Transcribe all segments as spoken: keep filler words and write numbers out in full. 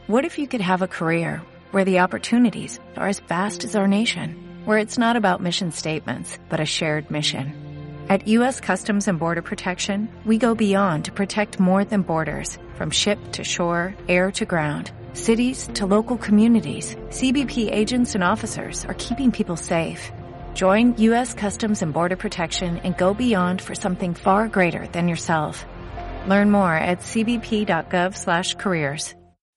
What if you could have a career where the opportunities are as vast as our nation, where it's not about mission statements, but a shared mission? At U S Customs and Border Protection, we go beyond to protect more than borders. From ship to shore, air to ground, cities to local communities, C B P agents and officers are keeping people safe. Join U S Customs and Border Protection and go beyond for something far greater than yourself. Learn more at c b p dot gov slash careers.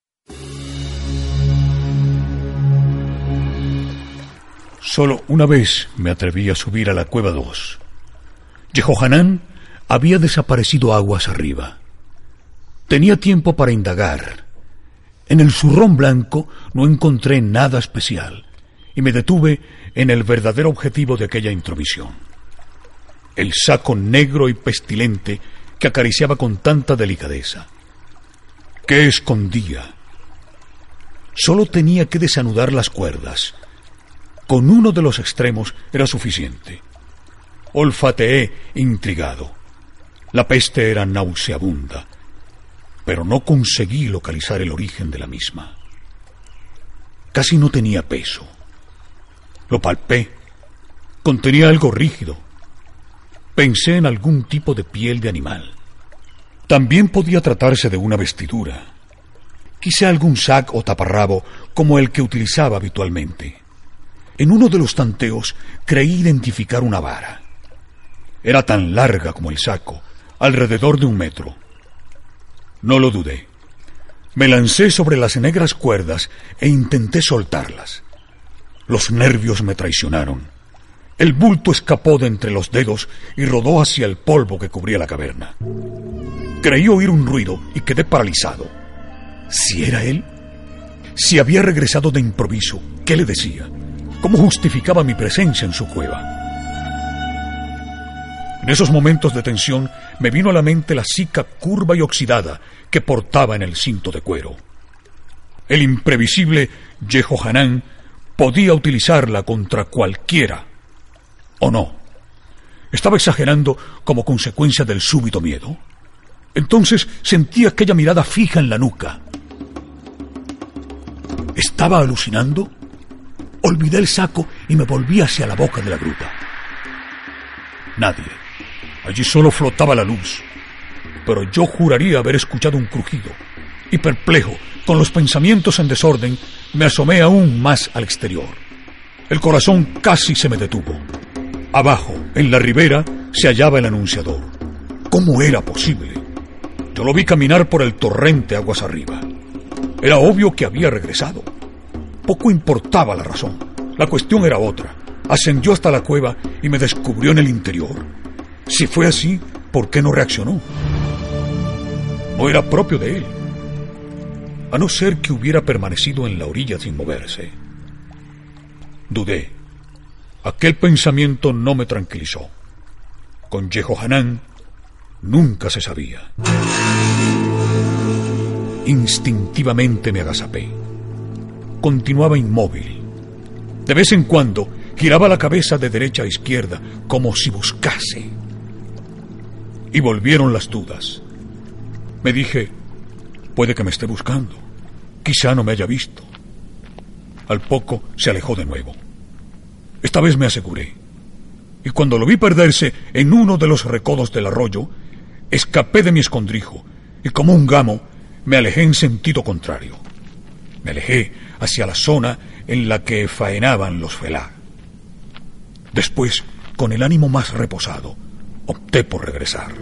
Solo una vez me atreví a subir a la cueva dos. Yehohanan había desaparecido aguas arriba. Tenía tiempo para indagar. En el zurrón blanco no encontré nada especial y me detuve en el verdadero objetivo de aquella intromisión. El saco negro y pestilente que acariciaba con tanta delicadeza. ¿Qué escondía? Solo tenía que desanudar las cuerdas. Con uno de los extremos era suficiente. Olfateé intrigado. La peste era nauseabunda, pero no conseguí localizar el origen de la misma. Casi no tenía peso. Lo palpé. Contenía algo rígido. Pensé en algún tipo de piel de animal. También podía tratarse de una vestidura. Quizá algún sac o taparrabo como el que utilizaba habitualmente. En uno de los tanteos creí identificar una vara. Era tan larga como el saco, alrededor de un metro. No lo dudé. Me lancé sobre las negras cuerdas e intenté soltarlas. Los nervios me traicionaron. El bulto escapó de entre los dedos y rodó hacia el polvo que cubría la caverna. Creí oír un ruido y quedé paralizado. ¿Si era él? Si había regresado de improviso, ¿qué le decía? ¿Cómo justificaba mi presencia en su cueva? En esos momentos de tensión me vino a la mente la sica curva y oxidada que portaba en el cinto de cuero. El imprevisible Yehohanan podía utilizarla contra cualquiera. ¿O no? ¿Estaba exagerando como consecuencia del súbito miedo? Entonces sentí aquella mirada fija en la nuca. ¿Estaba alucinando? Olvidé el saco y me volví hacia la boca de la gruta. Nadie. Allí solo flotaba la luz. Pero yo juraría haber escuchado un crujido. Y perplejo, con los pensamientos en desorden, me asomé aún más al exterior. El corazón casi se me detuvo. Abajo, en la ribera, se hallaba el anunciador. ¿Cómo era posible? Yo lo vi caminar por el torrente aguas arriba. Era obvio que había regresado. Poco importaba la razón. La cuestión era otra. Ascendió hasta la cueva y me descubrió en el interior. Si fue así, ¿por qué no reaccionó? No era propio de él. A no ser que hubiera permanecido en la orilla sin moverse. Dudé. Aquel pensamiento no me tranquilizó. Con Yehohanan nunca se sabía. Instintivamente me agazapé. Continuaba inmóvil. De vez en cuando giraba la cabeza de derecha a izquierda como si buscase. Y volvieron las dudas. Me dije, puede que me esté buscando. Quizá no me haya visto. Al poco se alejó de nuevo. Esta vez me aseguré. Y cuando lo vi perderse en uno de los recodos del arroyo, escapé de mi escondrijo y como un gamo me alejé en sentido contrario. Me alejé hacia la zona en la que faenaban los felá. Después, con el ánimo más reposado, opté por regresar.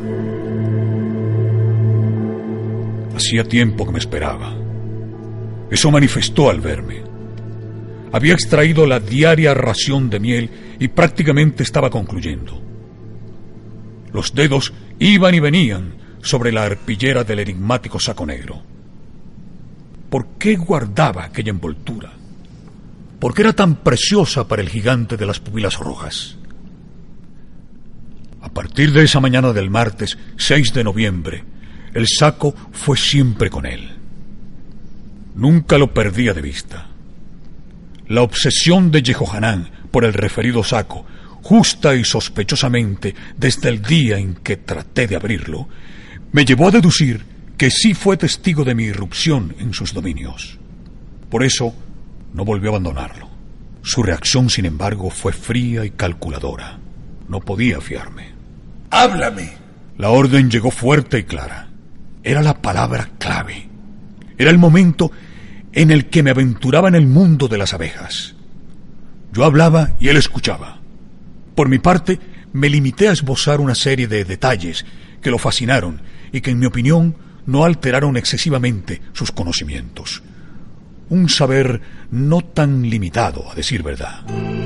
Hacía tiempo que me esperaba. Eso manifestó al verme. Había extraído la diaria ración de miel y prácticamente estaba concluyendo. Los dedos iban y venían sobre la arpillera del enigmático saco negro. ¿Por qué guardaba aquella envoltura? ¿Por qué era tan preciosa para el gigante de las pupilas rojas? A partir de esa mañana del martes seis de noviembre, el saco fue siempre con él. Nunca lo perdía de vista. La obsesión de Yehohanan por el referido saco, justa y sospechosamente desde el día en que traté de abrirlo, me llevó a deducir que sí fue testigo de mi irrupción en sus dominios. Por eso no volvió a abandonarlo. Su reacción, sin embargo, fue fría y calculadora. No podía fiarme. ¡Háblame! La orden llegó fuerte y clara. Era la palabra clave. Era el momento en el que me aventuraba en el mundo de las abejas. Yo hablaba y él escuchaba. Por mi parte, me limité a esbozar una serie de detalles que lo fascinaron y que, en mi opinión, no alteraron excesivamente sus conocimientos. Un saber no tan limitado, a decir verdad.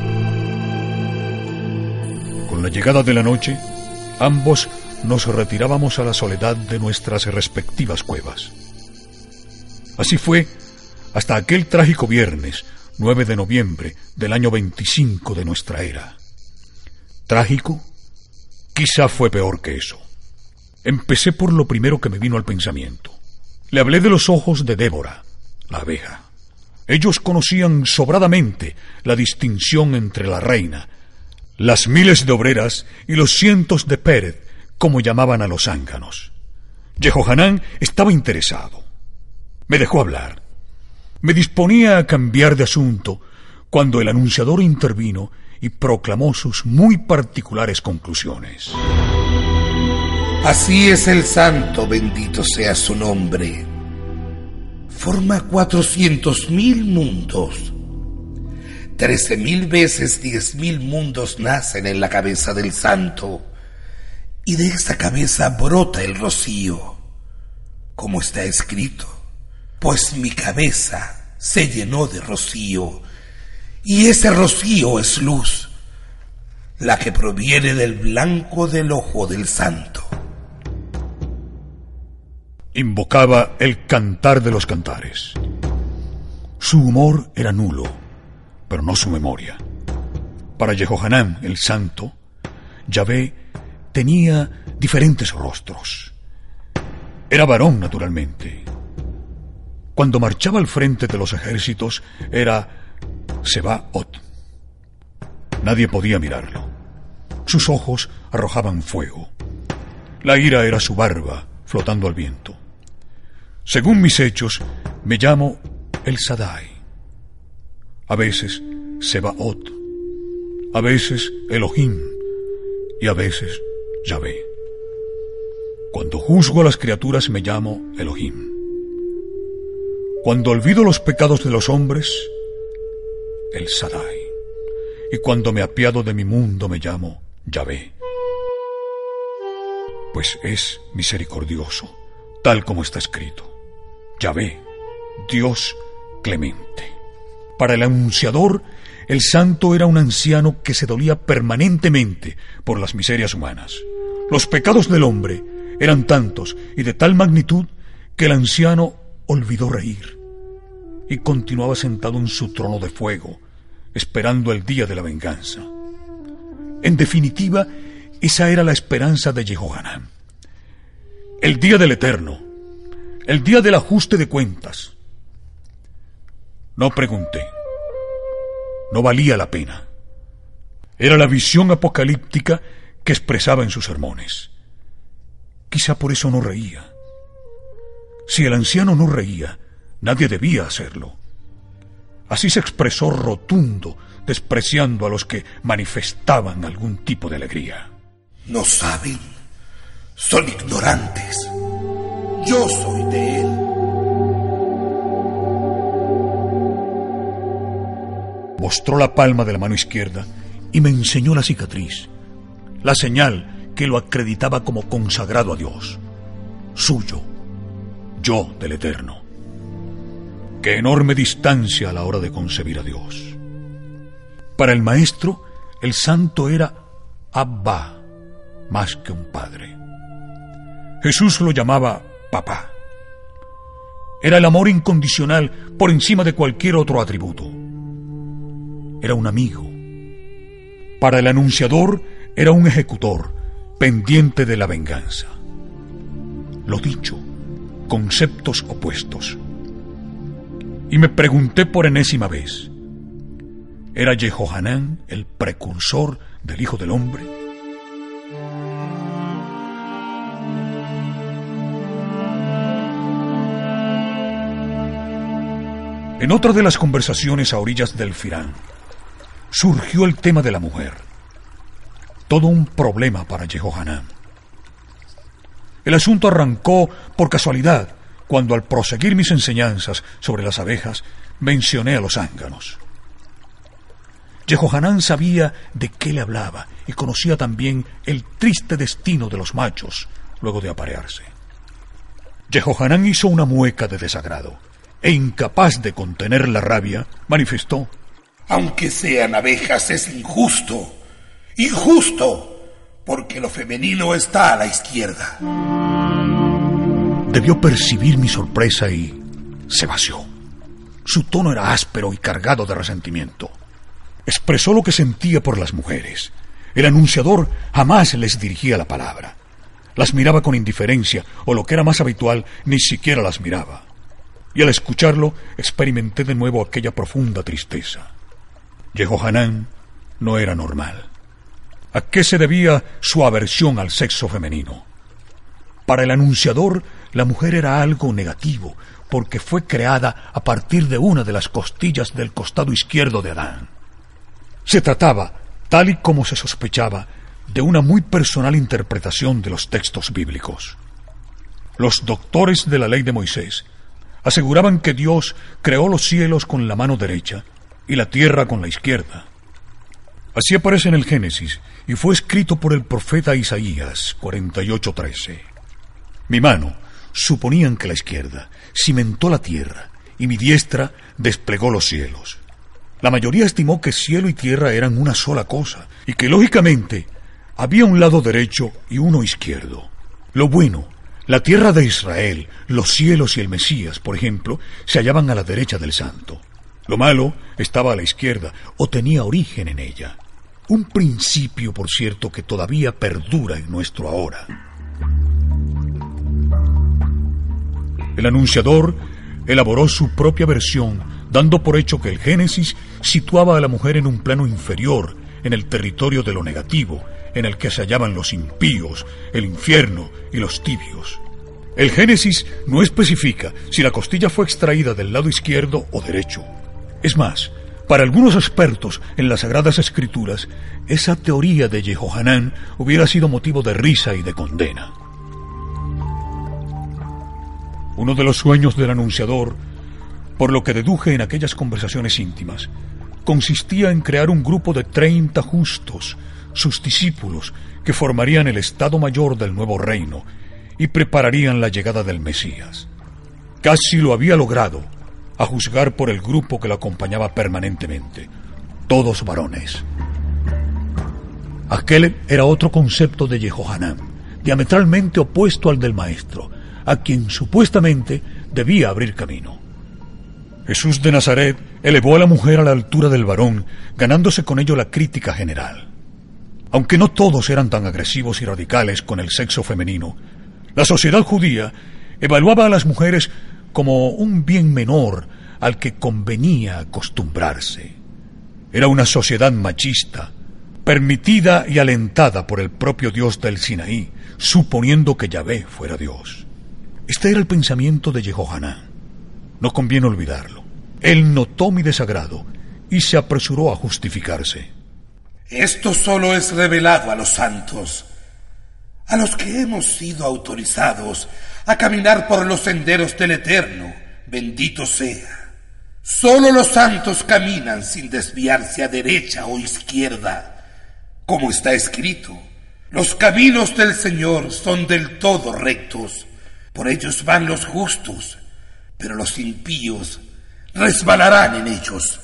Con la llegada de la noche, ambos nos retirábamos a la soledad de nuestras respectivas cuevas. Así fue hasta aquel trágico viernes, nueve de noviembre del año veinticinco de nuestra era. ¿Trágico? Quizá fue peor que eso. Empecé por lo primero que me vino al pensamiento. Le hablé de los ojos de Débora, la abeja. Ellos conocían sobradamente la distinción entre la reina, las miles de obreras y los cientos de Pérez, como llamaban a los zánganos. Yehohanán estaba interesado. Me dejó hablar. Me disponía a cambiar de asunto cuando el anunciador intervino y proclamó sus muy particulares conclusiones. Así es el santo, bendito sea su nombre. Forma cuatrocientos mil mundos. Trece mil veces diez mil mundos nacen en la cabeza del santo, y de esa cabeza brota el rocío, como está escrito: pues mi cabeza se llenó de rocío, y ese rocío es luz, la que proviene del blanco del ojo del santo. Invocaba el cantar de los cantares. Su humor era nulo, pero no su memoria. Para Yehohanán, el santo, Yahvé tenía diferentes rostros. Era varón, naturalmente. Cuando marchaba al frente de los ejércitos, era Sebaot. Nadie podía mirarlo. Sus ojos arrojaban fuego. La ira era su barba, flotando al viento. Según mis hechos, me llamo El Sadai. A veces Sebaot, a veces Elohim y a veces Yahvé. Cuando juzgo a las criaturas me llamo Elohim. Cuando olvido los pecados de los hombres, El Sadai. Y cuando me apiado de mi mundo me llamo Yahvé. Pues es misericordioso, tal como está escrito. Yahvé, Dios clemente. Para el anunciador, el santo era un anciano que se dolía permanentemente por las miserias humanas. Los pecados del hombre eran tantos y de tal magnitud que el anciano olvidó reír y continuaba sentado en su trono de fuego, esperando el día de la venganza. En definitiva, esa era la esperanza de Yehohanán. El día del Eterno, el día del ajuste de cuentas. No pregunté. No valía la pena. Era la visión apocalíptica que expresaba en sus sermones. Quizá por eso no reía. Si el anciano no reía, nadie debía hacerlo. Así se expresó rotundo, despreciando a los que manifestaban algún tipo de alegría. No saben, son ignorantes. Yo soy de él. Mostró la palma de la mano izquierda y me enseñó la cicatriz, la señal que lo acreditaba como consagrado a Dios, suyo, yo del Eterno. Qué enorme distancia a la hora de concebir a Dios. Para el maestro, el santo era Abba, más que un padre. Jesús lo llamaba papá. Era el amor incondicional por encima de cualquier otro atributo. Era un amigo. Para el anunciador era un ejecutor pendiente de la venganza. Lo dicho, conceptos opuestos. Y me pregunté por enésima vez, ¿era Yehohanán el precursor del Hijo del Hombre? En otra de las conversaciones a orillas del Firán, surgió el tema de la mujer. Todo un problema para Yehohanán. El asunto arrancó por casualidad, cuando al proseguir mis enseñanzas sobre las abejas, mencioné a los zánganos. Yehohanán sabía de qué le hablaba y conocía también el triste destino de los machos luego de aparearse. Yehohanán hizo una mueca de desagrado e, incapaz de contener la rabia, manifestó: aunque sean abejas, es injusto, injusto, porque lo femenino está a la izquierda. Debió percibir mi sorpresa y se vació. Su tono era áspero y cargado de resentimiento. Expresó lo que sentía por las mujeres. El anunciador jamás les dirigía la palabra. Las miraba con indiferencia, o lo que era más habitual, ni siquiera las miraba. Y al escucharlo, experimenté de nuevo aquella profunda tristeza. Yehohanán no era normal. ¿A qué se debía su aversión al sexo femenino? Para el anunciador, la mujer era algo negativo, porque fue creada a partir de una de las costillas del costado izquierdo de Adán. Se trataba, tal y como se sospechaba, de una muy personal interpretación de los textos bíblicos. Los doctores de la ley de Moisés aseguraban que Dios creó los cielos con la mano derecha y la tierra con la izquierda. Así aparece en el Génesis y fue escrito por el profeta Isaías cuarenta y ocho trece. Mi mano, suponían que la izquierda, cimentó la tierra y mi diestra desplegó los cielos. La mayoría estimó que cielo y tierra eran una sola cosa y que, lógicamente, había un lado derecho y uno izquierdo. Lo bueno, la tierra de Israel, los cielos y el Mesías, por ejemplo, se hallaban a la derecha del santo. Lo malo estaba a la izquierda, o tenía origen en ella. Un principio, por cierto, que todavía perdura en nuestro ahora. El anunciador elaboró su propia versión, dando por hecho que el Génesis situaba a la mujer en un plano inferior, en el territorio de lo negativo, en el que se hallaban los impíos, el infierno y los tibios. El Génesis no especifica si la costilla fue extraída del lado izquierdo o derecho. Es más, para algunos expertos en las Sagradas Escrituras, esa teoría de Yehohanán hubiera sido motivo de risa y de condena. Uno de los sueños del anunciador, por lo que deduje en aquellas conversaciones íntimas, consistía en crear un grupo de treinta justos, sus discípulos, que formarían el Estado Mayor del nuevo reino y prepararían la llegada del Mesías. Casi lo había logrado, a juzgar por el grupo que lo acompañaba permanentemente, todos varones. Aquel era otro concepto de Yehohanán, diametralmente opuesto al del maestro, a quien supuestamente debía abrir camino. Jesús de Nazaret elevó a la mujer a la altura del varón, ganándose con ello la crítica general. Aunque no todos eran tan agresivos y radicales con el sexo femenino, la sociedad judía evaluaba a las mujeres como un bien menor al que convenía acostumbrarse. Era una sociedad machista, permitida y alentada por el propio Dios del Sinaí, suponiendo que Yahvé fuera Dios. Este era el pensamiento de Yehohanán. No conviene olvidarlo. Él notó mi desagrado y se apresuró a justificarse. Esto solo es revelado a los santos, a los que hemos sido autorizados a caminar por los senderos del Eterno, bendito sea. Solo los santos caminan sin desviarse a derecha o izquierda. Como está escrito, los caminos del Señor son del todo rectos, por ellos van los justos, pero los impíos resbalarán en ellos.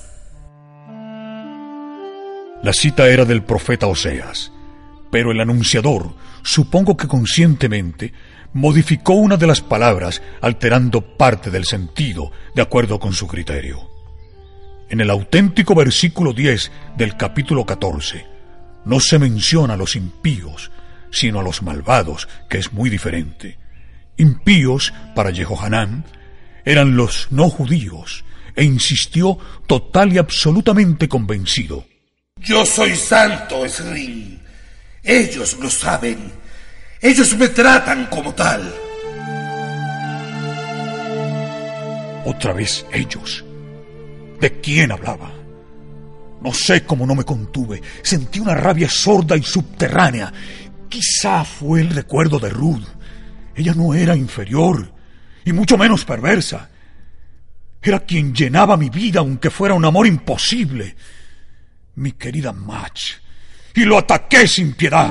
La cita era del profeta Oseas, pero el anunciador, supongo que conscientemente, modificó una de las palabras, alterando parte del sentido de acuerdo con su criterio. En el auténtico versículo diez del capítulo catorce, no se menciona a los impíos, sino a los malvados, que es muy diferente. Impíos, para Yehohanán, eran los no judíos, e insistió total y absolutamente convencido. Yo soy santo, Esrim. Ellos lo saben. Ellos me tratan como tal. Otra vez ellos. ¿De quién hablaba? No sé cómo no me contuve. Sentí una rabia sorda y subterránea. Quizá fue el recuerdo de Ruth. Ella no era inferior, y mucho menos perversa. Era quien llenaba mi vida, aunque fuera un amor imposible. Mi querida Madge. Y lo ataqué sin piedad.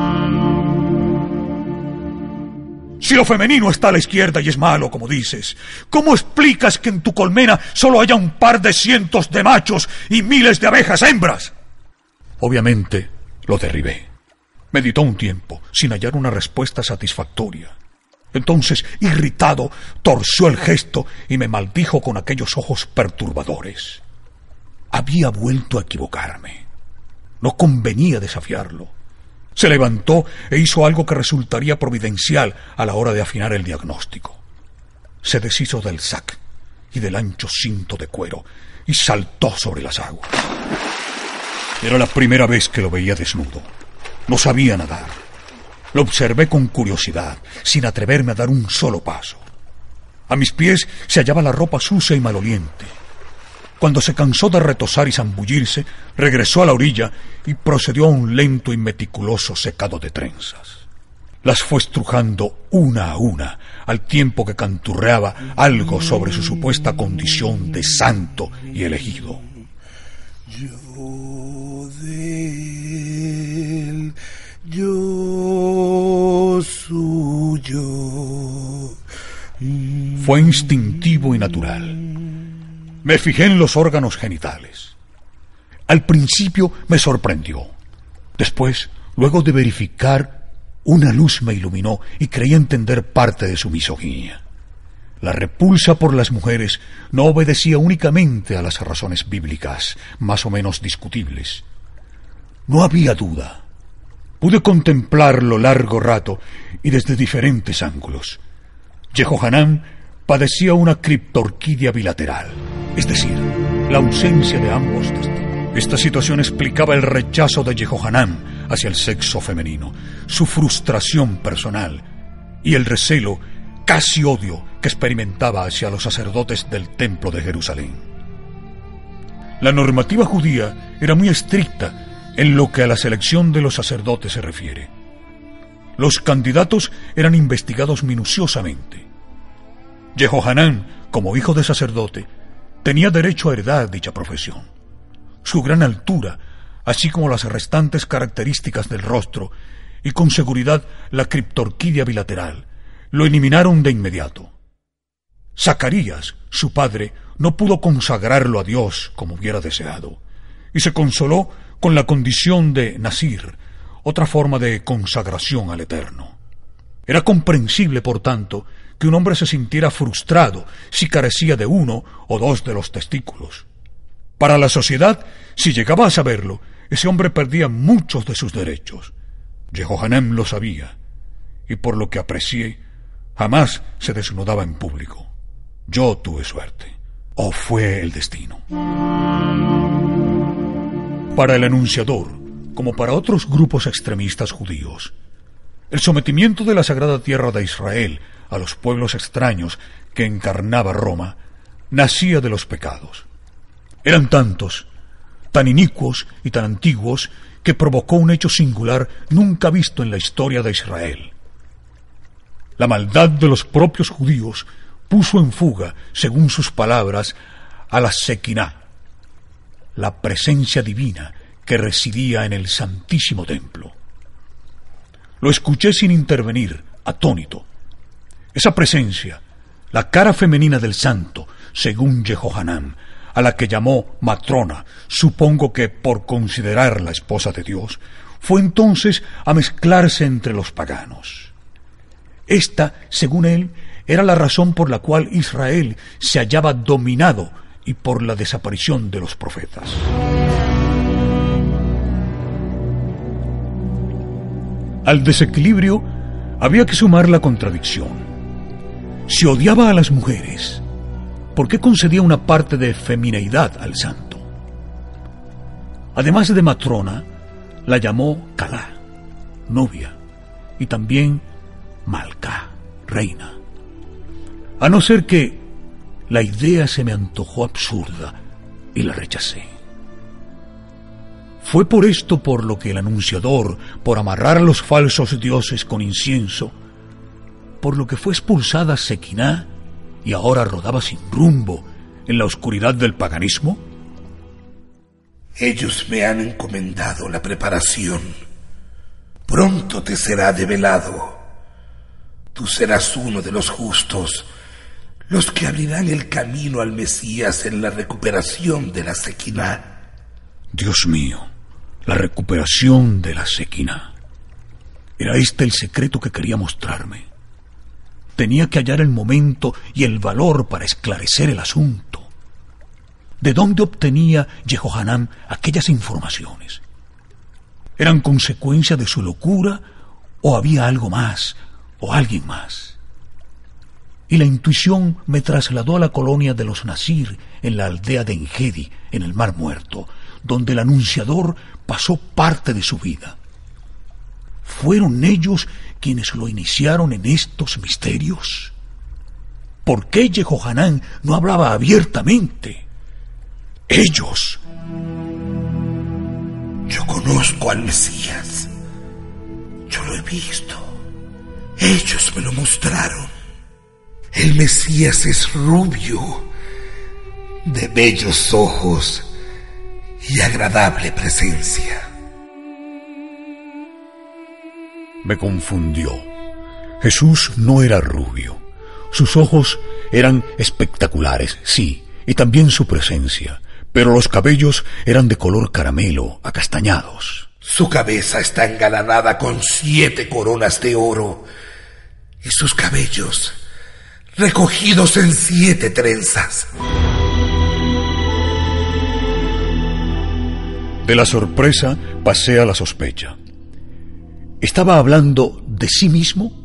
Si lo femenino está a la izquierda y es malo, como dices, ¿cómo explicas que en tu colmena solo haya un par de cientos de machos y miles de abejas hembras? Obviamente lo derribé. Meditó un tiempo, sin hallar una respuesta satisfactoria. Entonces, irritado, torció el gesto y me maldijo con aquellos ojos perturbadores. Había vuelto a equivocarme. No convenía desafiarlo. Se levantó e hizo algo que resultaría providencial a la hora de afinar el diagnóstico. Se deshizo del sac y del ancho cinto de cuero y saltó sobre las aguas. Era la primera vez que lo veía desnudo. No sabía nadar. Lo observé con curiosidad, sin atreverme a dar un solo paso. A mis pies se hallaba la ropa sucia y maloliente. Cuando se cansó de retozar y zambullirse, regresó a la orilla y procedió a un lento y meticuloso secado de trenzas. Las fue estrujando una a una, al tiempo que canturreaba algo sobre su supuesta condición de santo y elegido. Yo de él, yo suyo. Fue instintivo y natural. Me fijé en los órganos genitales. Al principio me sorprendió. Después, luego de verificar, una luz me iluminó y creí entender parte de su misoginia. La repulsa por las mujeres no obedecía únicamente a las razones bíblicas, más o menos discutibles. No había duda. Pude contemplarlo largo rato y desde diferentes ángulos. Yehohanan padecía una criptorquidia bilateral, es decir, la ausencia de ambos testículos. Esta situación explicaba el rechazo de Yehohanan hacia el sexo femenino, su frustración personal y el recelo, casi odio, que experimentaba hacia los sacerdotes del Templo de Jerusalén. La normativa judía era muy estricta en lo que a la selección de los sacerdotes se refiere. Los candidatos eran investigados minuciosamente. Yehohanan, como hijo de sacerdote, tenía derecho a heredar dicha profesión. Su gran altura, así como las restantes características del rostro, y con seguridad la criptorquidia bilateral, lo eliminaron de inmediato. Zacarías, su padre, no pudo consagrarlo a Dios como hubiera deseado, y se consoló con la condición de Nazir, otra forma de consagración al Eterno. Era comprensible, por tanto, que un hombre se sintiera frustrado si carecía de uno o dos de los testículos. Para la sociedad, si llegaba a saberlo, ese hombre perdía muchos de sus derechos. Yehohanan lo sabía, y por lo que aprecié, jamás se desnudaba en público. Yo tuve suerte, o fue el destino. Para el anunciador, como para otros grupos extremistas judíos, el sometimiento de la sagrada tierra de Israel a los pueblos extraños que encarnaba Roma nacía de los pecados. Eran tantos, tan inicuos y tan antiguos, que provocó un hecho singular nunca visto en la historia de Israel. La maldad de los propios judíos puso en fuga, según sus palabras, a la Shekinah, la presencia divina que residía en el Santísimo Templo. Lo escuché sin intervenir, atónito. Esa presencia, la cara femenina del santo, según Yehohanan, a la que llamó matrona, supongo que por considerarla esposa de Dios, fue entonces a mezclarse entre los paganos. Esta, según él, era la razón por la cual Israel se hallaba dominado y por la desaparición de los profetas. Al desequilibrio había que sumar la contradicción. Si odiaba a las mujeres, ¿por qué concedía una parte de femineidad al santo? Además de matrona, la llamó Calá, novia, y también Malcá, reina. A no ser que la idea se me antojó absurda, y la rechacé. Fue por esto por lo que el anunciador, por amarrar a los falsos dioses con incienso, por lo que fue expulsada Sequiná y ahora rodaba sin rumbo en la oscuridad del paganismo. Ellos me han encomendado la preparación. Pronto te será develado. Tú serás uno de los justos, los que abrirán el camino al Mesías en la recuperación de la Sequiná. Dios mío, la recuperación de la Sequiná. Era este el secreto que quería mostrarme. Tenía que hallar el momento y el valor para esclarecer el asunto. ¿De dónde obtenía Yehohanán aquellas informaciones? ¿Eran consecuencia de su locura o había algo más o alguien más? Y la intuición me trasladó a la colonia de los Nasir en la aldea de Engedi, en el Mar Muerto, donde el anunciador pasó parte de su vida. ¿Fueron ellos quienes lo iniciaron en estos misterios? ¿Por qué Yehohanán no hablaba abiertamente? Ellos. Yo conozco al Mesías. Yo lo he visto. Ellos me lo mostraron. El Mesías es rubio, de bellos ojos y agradable presencia. Me confundió. Jesús no era rubio. Sus ojos eran espectaculares, sí, y también su presencia, pero los cabellos eran de color caramelo, acastañados. Su cabeza está engalanada con siete coronas de oro y sus cabellos recogidos en siete trenzas. De la sorpresa pasé a la sospecha. ¿Estaba hablando de sí mismo?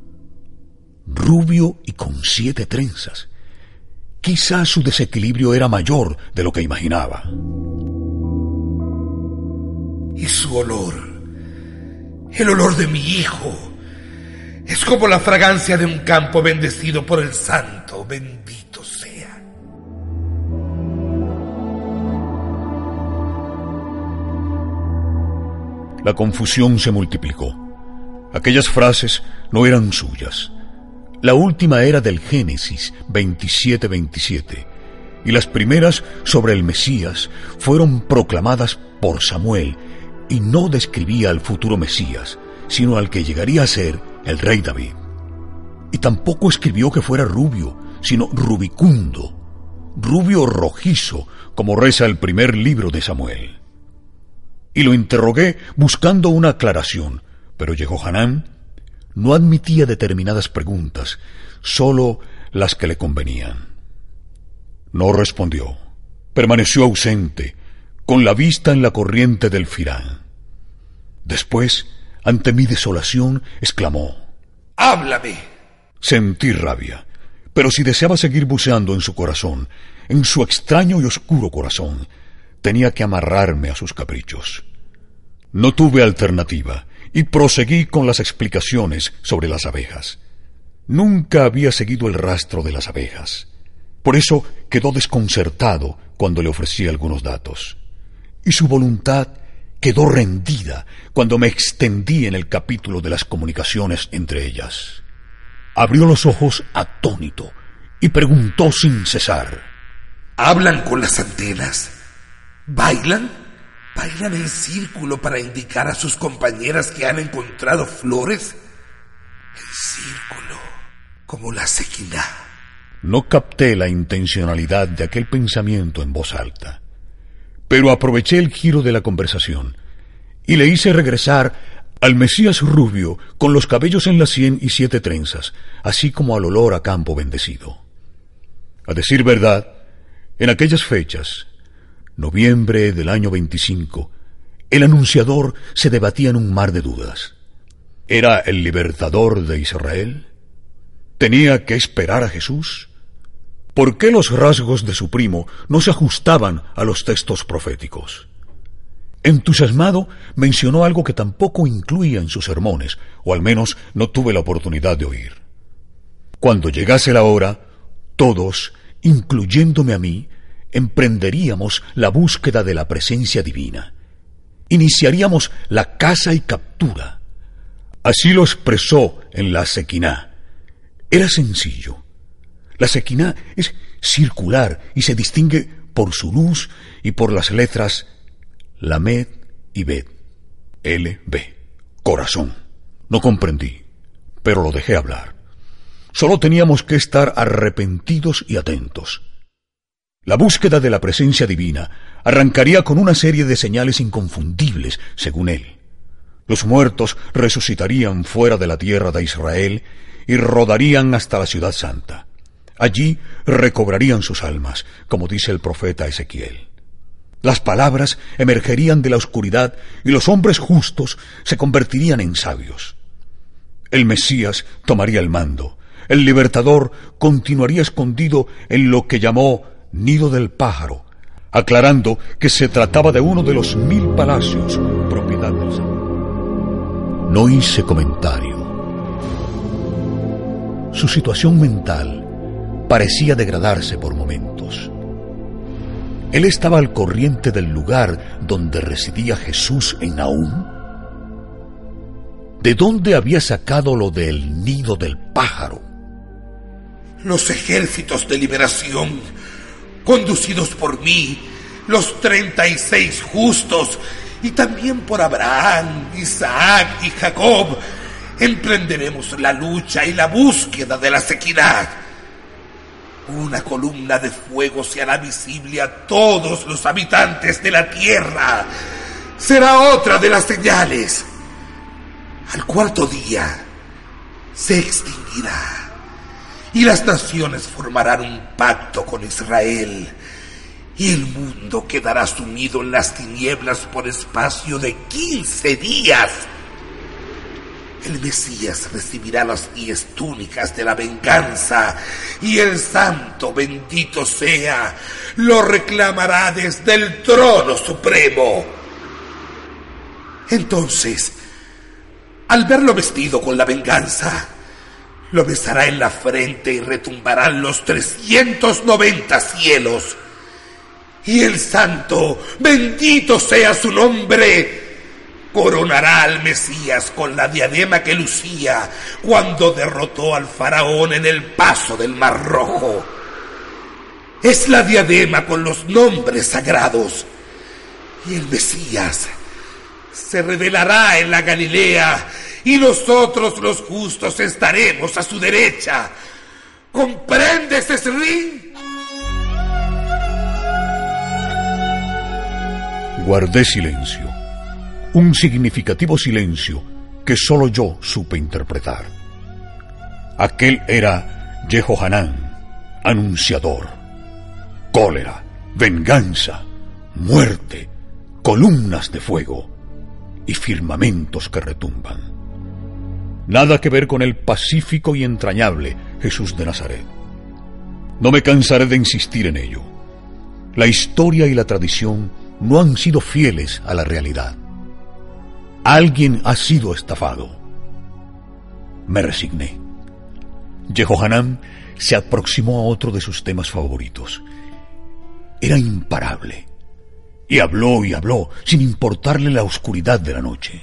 Rubio y con siete trenzas. Quizá su desequilibrio era mayor de lo que imaginaba. Y su olor, el olor de mi hijo, es como la fragancia de un campo bendecido por el Santo, bendito sea. La confusión se multiplicó. Aquellas frases no eran suyas. La última era del Génesis veintisiete veintisiete, y las primeras sobre el Mesías fueron proclamadas por Samuel, y no describía al futuro Mesías, sino al que llegaría a ser el rey David. Y tampoco escribió que fuera rubio, sino rubicundo, rubio rojizo, como reza el primer libro de Samuel. Y lo interrogué buscando una aclaración, pero Yehohanán no admitía determinadas preguntas, solo las que le convenían. No respondió. Permaneció ausente, con la vista en la corriente del Firán. Después, ante mi desolación, exclamó: ¡Háblame! Sentí rabia, pero si deseaba seguir buceando en su corazón, en su extraño y oscuro corazón, tenía que amarrarme a sus caprichos. No tuve alternativa y proseguí con las explicaciones sobre las abejas. Nunca había seguido el rastro de las abejas. Por eso quedó desconcertado cuando le ofrecí algunos datos. Y su voluntad quedó rendida cuando me extendí en el capítulo de las comunicaciones entre ellas. Abrió los ojos atónito y preguntó sin cesar: ¿Hablan con las antenas? ¿Bailan? ¿Bailan en círculo para indicar a sus compañeras que han encontrado flores? En círculo, como la Sequiná. No capté la intencionalidad de aquel pensamiento en voz alta, pero aproveché el giro de la conversación y le hice regresar al Mesías rubio con los cabellos en la sien y siete trenzas, así como al olor a campo bendecido. A decir verdad, en aquellas fechas, noviembre del año veinticinco, el anunciador se debatía en un mar de dudas. ¿Era el libertador de Israel? ¿Tenía que esperar a Jesús? ¿Por qué los rasgos de su primo no se ajustaban a los textos proféticos? Entusiasmado, mencionó algo que tampoco incluía en sus sermones, o al menos no tuve la oportunidad de oír. Cuando llegase la hora, todos, incluyéndome a mí, emprenderíamos la búsqueda de la presencia divina. Iniciaríamos la caza y captura. Así lo expresó en la Sequiná. Era sencillo. La Sequiná es circular y se distingue por su luz y por las letras Lamed y Bet. L B. Corazón. No comprendí, pero lo dejé hablar. Solo teníamos que estar arrepentidos y atentos. La búsqueda de la presencia divina arrancaría con una serie de señales inconfundibles, según él. Los muertos resucitarían fuera de la tierra de Israel y rodarían hasta la ciudad santa. Allí recobrarían sus almas, como dice el profeta Ezequiel. Las palabras emergerían de la oscuridad y los hombres justos se convertirían en sabios. El Mesías tomaría el mando. El libertador continuaría escondido en lo que llamó Nido del Pájaro, aclarando que se trataba de uno de los mil palacios, propiedad del Señor. No hice comentario. Su situación mental parecía degradarse por momentos. Él estaba al corriente del lugar donde residía Jesús en Nahum. ¿De dónde había sacado lo del nido del pájaro? Los ejércitos de liberación, conducidos por mí, los treinta y seis justos, y también por Abraham, Isaac y Jacob, emprenderemos la lucha y la búsqueda de la Sequidad. Una columna de fuego se hará visible a todos los habitantes de la tierra. Será otra de las señales. Al cuarto día se extinguirá y las naciones formarán un pacto con Israel y el mundo quedará sumido en las tinieblas por espacio de quince días. El Mesías recibirá las diez túnicas de la venganza y el Santo, bendito sea, lo reclamará desde el trono supremo. Entonces, al verlo vestido con la venganza, lo besará en la frente y retumbarán los trescientos noventa cielos. Y el Santo, bendito sea su nombre, coronará al Mesías con la diadema que lucía cuando derrotó al faraón en el paso del Mar Rojo. Es la diadema con los nombres sagrados. Y el Mesías se revelará en la Galilea y nosotros los justos estaremos a su derecha. ¿Comprendes, Esri? Guardé silencio. Un significativo silencio que solo yo supe interpretar. Aquel era Jehohanán, anunciador. Cólera, venganza, muerte, columnas de fuego y firmamentos que retumban. Nada que ver con el pacífico y entrañable Jesús de Nazaret. No me cansaré de insistir en ello. La historia y la tradición no han sido fieles a la realidad. Alguien ha sido estafado. Me resigné. Jehohanán se aproximó a otro de sus temas favoritos. Era imparable. Y habló y habló, sin importarle la oscuridad de la noche.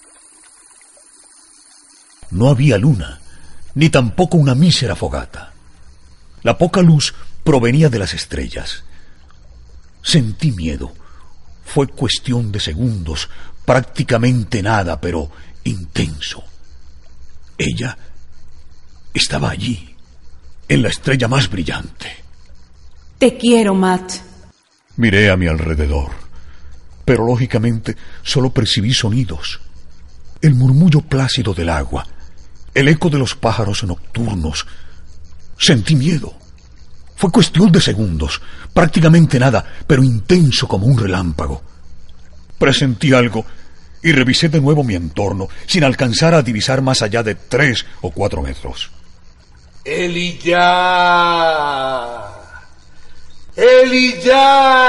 No había luna, ni tampoco una mísera fogata. La poca luz provenía de las estrellas. Sentí miedo. Fue cuestión de segundos, prácticamente nada, pero intenso. Ella estaba allí, en la estrella más brillante. Te quiero, Matt. Miré a mi alrededor, pero lógicamente solo percibí sonidos. El murmullo plácido del agua, el eco de los pájaros nocturnos. Sentí miedo. Fue cuestión de segundos, prácticamente nada, pero intenso como un relámpago. Presentí algo y revisé de nuevo mi entorno, sin alcanzar a divisar más allá de tres o cuatro metros. ¡Eliyah! ¡Eliyah!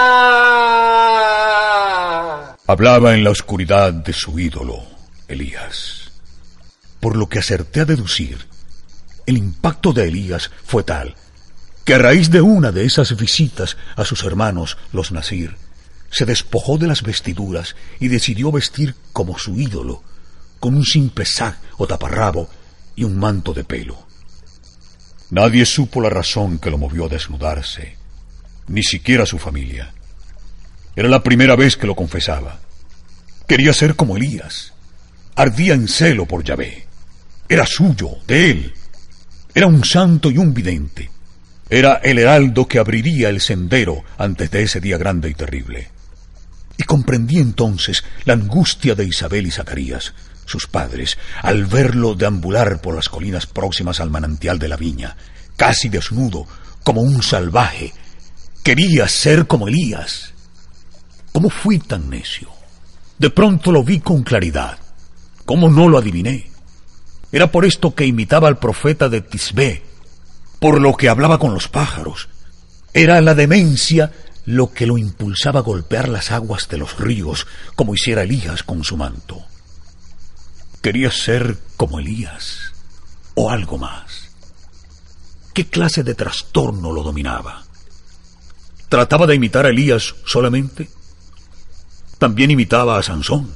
Hablaba en la oscuridad de su ídolo, Elías. Por lo que acerté a deducir, el impacto de Elías fue tal que a raíz de una de esas visitas a sus hermanos, los Nazir, se despojó de las vestiduras y decidió vestir como su ídolo, con un simple sag o taparrabo y un manto de pelo. Nadie supo la razón que lo movió a desnudarse, ni siquiera su familia. Era la primera vez que lo confesaba. Quería ser como Elías. Ardía en celo por Yahvé. Era suyo, de él. Era un santo y un vidente. Era el heraldo que abriría el sendero antes de ese día grande y terrible. Y comprendí entonces la angustia de Isabel y Zacarías, sus padres, al verlo deambular por las colinas próximas al manantial de la viña, casi desnudo, como un salvaje. Quería ser como Elías. ¿Cómo fui tan necio? De pronto lo vi con claridad. ¿Cómo no lo adiviné? Era por esto que imitaba al profeta de Tisbé, por lo que hablaba con los pájaros. Era la demencia lo que lo impulsaba a golpear las aguas de los ríos, como hiciera Elías con su manto. Quería ser como Elías, o algo más. ¿Qué clase de trastorno lo dominaba? ¿Trataba de imitar a Elías solamente? También imitaba a Sansón.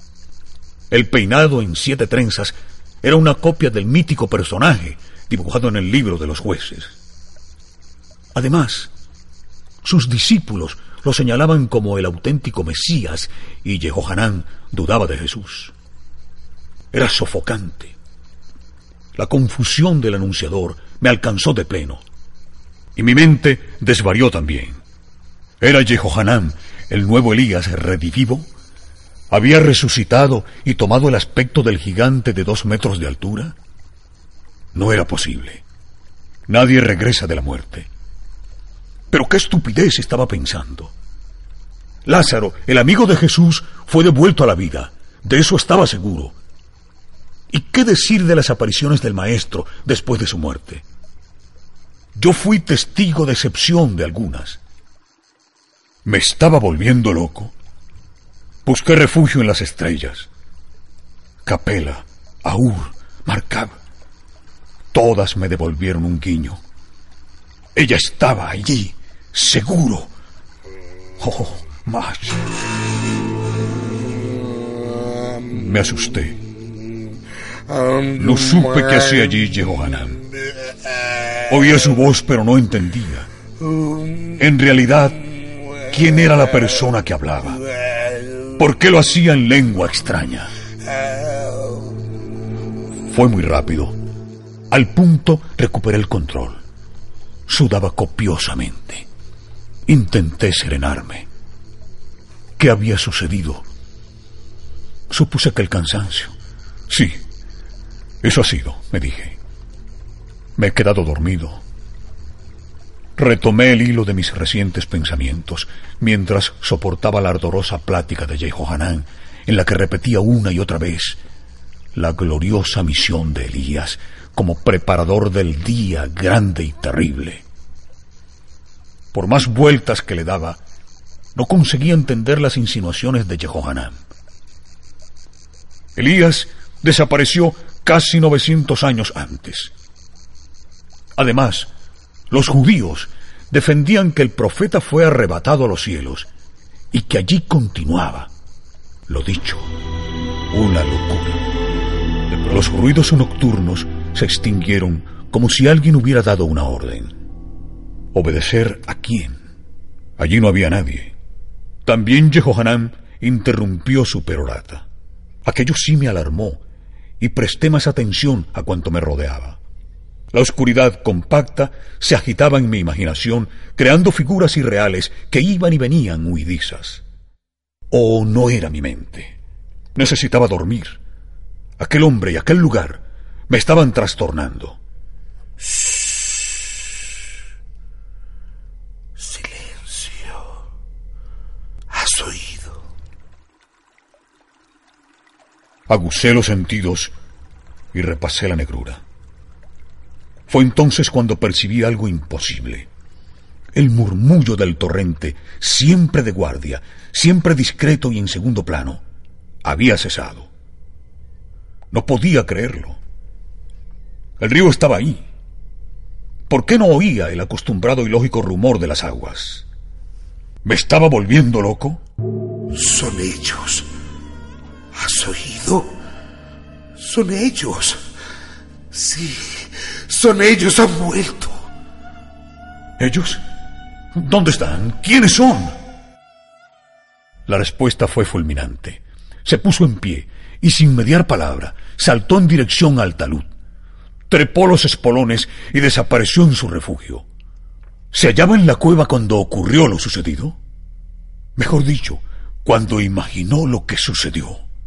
El peinado en siete trenzas era una copia del mítico personaje dibujado en el libro de los jueces. Además, sus discípulos lo señalaban como el auténtico Mesías y Jehohanán dudaba de Jesús. Era sofocante. La confusión del anunciador me alcanzó de pleno, y mi mente desvarió también. ¿Era Jehohanán el nuevo Elías redivivo? ¿Había resucitado y tomado el aspecto del gigante de dos metros de altura? No era posible. Nadie regresa de la muerte. Pero qué estupidez estaba pensando. Lázaro, el amigo de Jesús, fue devuelto a la vida. De eso estaba seguro. ¿Y qué decir de las apariciones del Maestro después de su muerte? Yo fui testigo de excepción de algunas. ¿Me estaba volviendo loco? Busqué refugio en las estrellas. Capela, Ahur, Marcab. Todas me devolvieron un guiño. Ella estaba allí, seguro. Oh, Mach. Me asusté. No supe qué hacía allí Jehohanán. Oía su voz, pero no entendía. En realidad, ¿quién era la persona que hablaba? ¿Por qué lo hacía en lengua extraña? Fue muy rápido. Al punto recuperé el control. Sudaba copiosamente. Intenté serenarme. ¿Qué había sucedido? Supuse que el cansancio. Sí, eso ha sido, me dije. Me he quedado dormido. Retomé el hilo de mis recientes pensamientos mientras soportaba la ardorosa plática de Jehohanán, en la que repetía una y otra vez la gloriosa misión de Elías como preparador del día grande y terrible. Por más vueltas que le daba, no conseguía entender las insinuaciones de Jehohanán. Elías desapareció casi novecientos años antes. Además, los judíos defendían que el profeta fue arrebatado a los cielos y que allí continuaba. Lo dicho, una locura. Los ruidos nocturnos se extinguieron como si alguien hubiera dado una orden. ¿Obedecer a quién? Allí no había nadie. También Jehohanán interrumpió su perorata. Aquello sí me alarmó y presté más atención a cuanto me rodeaba. La oscuridad compacta se agitaba en mi imaginación, creando figuras irreales que iban y venían huidizas. Oh, no era mi mente. Necesitaba dormir. Aquel hombre y aquel lugar me estaban trastornando. Silencio. ¿Has oído? Agucé los sentidos y repasé la negrura. Fue entonces cuando percibí algo imposible. El murmullo del torrente, siempre de guardia, siempre discreto y en segundo plano, había cesado. No podía creerlo. El río estaba ahí. ¿Por qué no oía el acostumbrado y lógico rumor de las aguas? ¿Me estaba volviendo loco? Son ellos. ¿Has oído? Son ellos. Sí, son ellos, han vuelto. ¿Ellos? ¿Dónde están? ¿Quiénes son? La respuesta fue fulminante. Se puso en pie y sin mediar palabra saltó en dirección al talud. Trepó los espolones y desapareció en su refugio. ¿Se hallaba en la cueva cuando ocurrió lo sucedido? Mejor dicho, cuando imaginó lo que sucedió.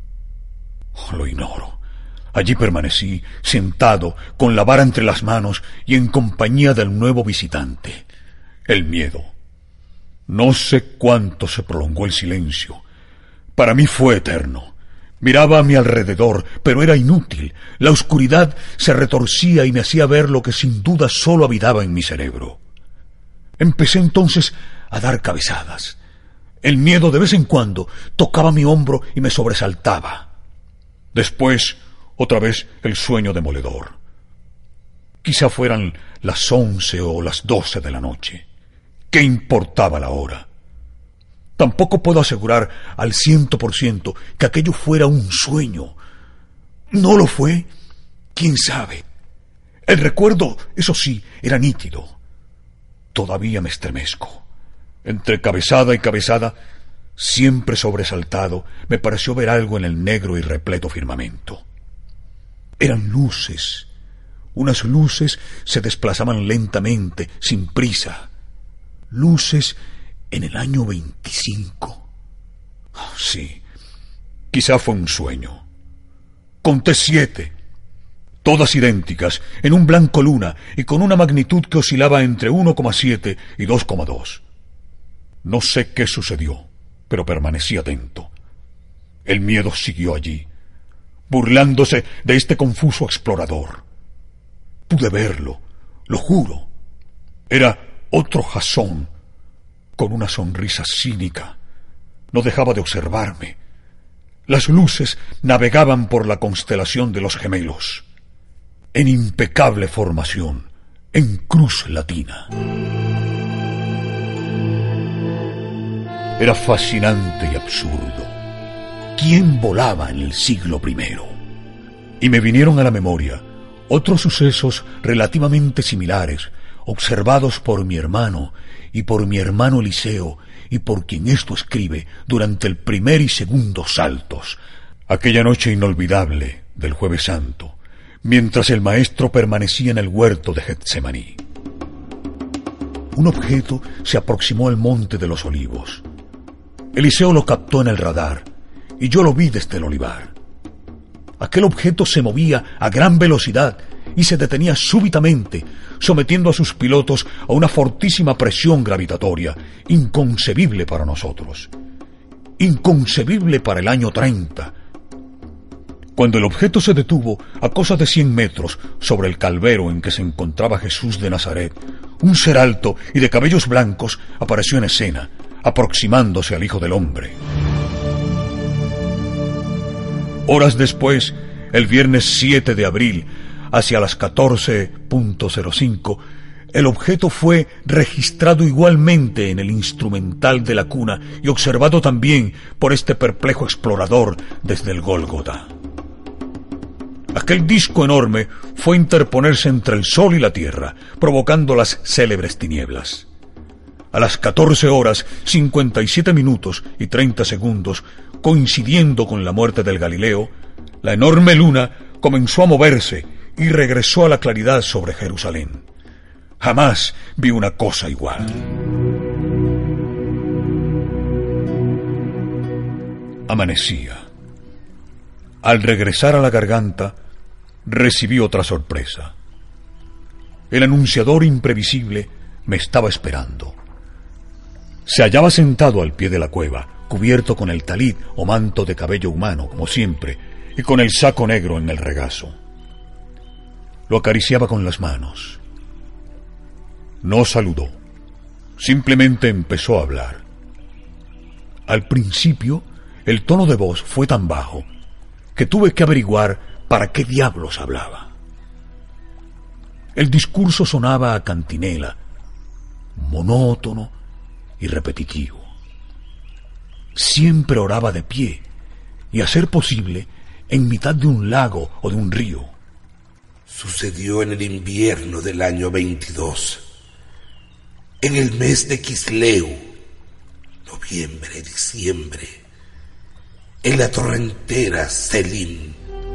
Oh, lo ignoro. Allí permanecí, sentado, con la vara entre las manos y en compañía del nuevo visitante. El miedo. No sé cuánto se prolongó el silencio. Para mí fue eterno. Miraba a mi alrededor, pero era inútil. La oscuridad se retorcía y me hacía ver lo que sin duda solo habitaba en mi cerebro. Empecé entonces a dar cabezadas. El miedo de vez en cuando tocaba mi hombro y me sobresaltaba. Después, otra vez el sueño demoledor. Quizá fueran las once o las doce de la noche. ¿Qué importaba la hora? Tampoco puedo asegurar al ciento por ciento que aquello fuera un sueño. ¿No lo fue? ¿Quién sabe? El recuerdo, eso sí, era nítido. Todavía me estremezco. Entre cabezada y cabezada, siempre sobresaltado, me pareció ver algo en el negro y repleto firmamento. Eran luces. Unas luces se desplazaban lentamente, sin prisa. Luces en el año veinticinco. Oh, sí, quizá fue un sueño. Conté siete, todas idénticas, en un blanco luna y con una magnitud que oscilaba entre uno coma siete y dos coma dos. No sé qué sucedió, pero permanecí atento. El miedo siguió allí, burlándose de este confuso explorador. Pude verlo, lo juro. Era otro Jasón, con una sonrisa cínica. No dejaba de observarme. Las luces navegaban por la constelación de los gemelos, en impecable formación, en cruz latina. Era fascinante y absurdo. ¿Quién volaba en el siglo primero? Y me vinieron a la memoria otros sucesos relativamente similares, observados por mi hermano y por mi hermano Eliseo y por quien esto escribe durante el primer y segundo saltos, aquella noche inolvidable del Jueves Santo, mientras el maestro permanecía en el huerto de Getsemaní. Un objeto se aproximó al monte de los olivos. Eliseo lo captó en el radar y yo lo vi desde el olivar. Aquel objeto se movía a gran velocidad y se detenía súbitamente, sometiendo a sus pilotos a una fortísima presión gravitatoria, inconcebible para nosotros, inconcebible para el año treinta. Cuando el objeto se detuvo a cosa de cien metros sobre el calvero en que se encontraba Jesús de Nazaret, un ser alto y de cabellos blancos apareció en escena, aproximándose al Hijo del Hombre. Horas después, el viernes siete de abril, hacia las catorce cero cinco, el objeto fue registrado igualmente en el instrumental de la cuna y observado también por este perplejo explorador desde el Gólgota. Aquel disco enorme fue a interponerse entre el sol y la tierra, provocando las célebres tinieblas. A las catorce horas, cincuenta y siete minutos y treinta segundos, coincidiendo con la muerte del Galileo, la enorme luna comenzó a moverse y regresó a la claridad sobre Jerusalén. Jamás vi una cosa igual. Amanecía. Al regresar a la garganta, recibí otra sorpresa. El anunciador imprevisible me estaba esperando. Se hallaba sentado al pie de la cueva, cubierto con el talid o manto de cabello humano, como siempre, y con el saco negro en el regazo. Lo acariciaba con las manos. No saludó, simplemente empezó a hablar. Al principio, el tono de voz fue tan bajo que tuve que averiguar para qué diablos hablaba. El discurso sonaba a cantinela, monótono y repetitivo. Siempre oraba de pie y, a ser posible, en mitad de un lago o de un río. Sucedió en el invierno del año veintidós, en el mes de Quisleu, noviembre, diciembre, en la torrentera Selim.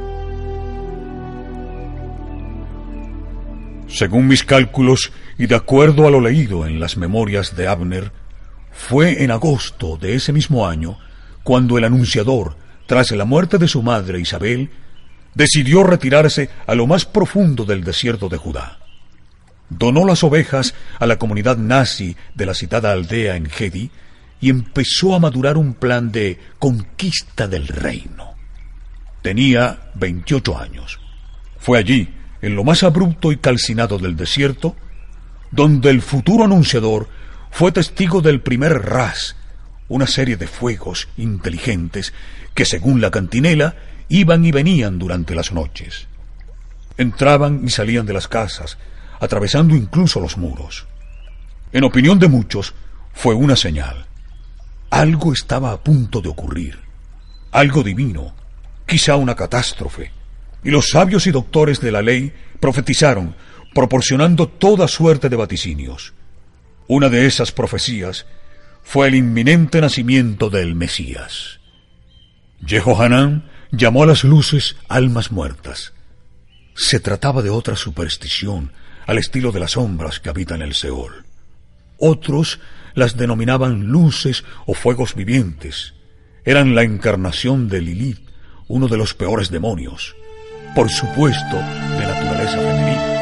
Según mis cálculos y de acuerdo a lo leído en las memorias de Abner, fue en agosto de ese mismo año cuando el anunciador, tras la muerte de su madre Isabel, decidió retirarse a lo más profundo del desierto de Judá. Donó las ovejas a la comunidad nazi de la citada aldea en Gedi y empezó a madurar un plan de conquista del reino. Tenía veintiocho años. Fue allí, en lo más abrupto y calcinado del desierto, donde el futuro anunciador fue testigo del primer ras, una serie de fuegos inteligentes que, según la cantinela, iban y venían durante las noches. Entraban y salían de las casas, atravesando incluso los muros. En opinión de muchos, fue una señal. Algo estaba a punto de ocurrir, algo divino, quizá una catástrofe, y los sabios y doctores de la ley profetizaron, proporcionando toda suerte de vaticinios. Una de esas profecías fue el inminente nacimiento del Mesías. Jehohanán llamó a las luces almas muertas. Se trataba de otra superstición, al estilo de las sombras que habitan el Seol. Otros las denominaban luces o fuegos vivientes. Eran la encarnación de Lilith, uno de los peores demonios, por supuesto de naturaleza femenina.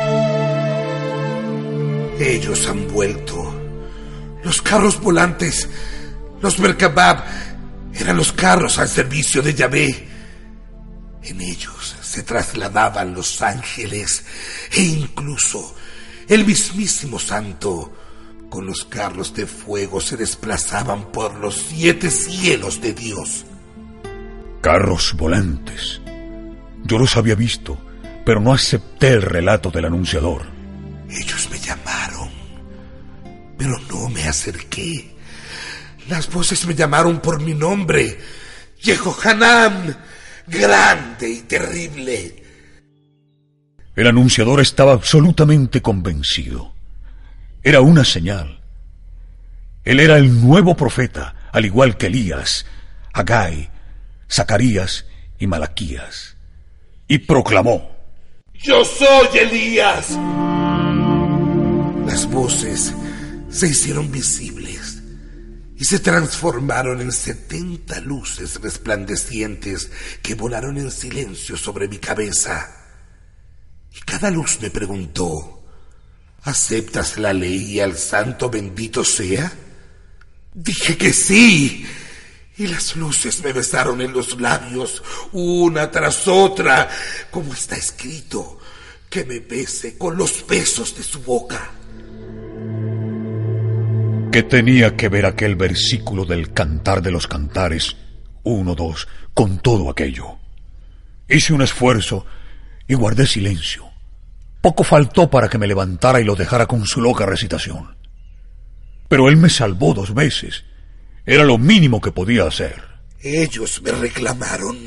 Ellos han vuelto. Los carros volantes, los Merkabah, eran los carros al servicio de Yahvé. En ellos se trasladaban los ángeles e incluso el mismísimo santo. Con los carros de fuego se desplazaban por los siete cielos de Dios. Carros volantes. Yo los había visto, pero no acepté el relato del anunciador. Ellos me llamaron, pero no me acerqué. Las voces me llamaron por mi nombre, Jehohanán, grande y terrible. El anunciador estaba absolutamente convencido. Era una señal. Él era el nuevo profeta, al igual que Elías, Hagai, Zacarías y Malaquías. Y proclamó: ¡Yo soy Elías! Las voces se hicieron visibles y se transformaron en setenta luces resplandecientes que volaron en silencio sobre mi cabeza. Y cada luz me preguntó: ¿aceptas la ley y al santo bendito sea? Dije que sí, y las luces me besaron en los labios, una tras otra, como está escrito, que me bese con los besos de su boca. ¿Qué tenía que ver aquel versículo del Cantar de los Cantares, uno, dos, con todo aquello? Hice un esfuerzo y guardé silencio. Poco faltó para que me levantara y lo dejara con su loca recitación. Pero él me salvó dos veces. Era lo mínimo que podía hacer. Ellos me reclamaron.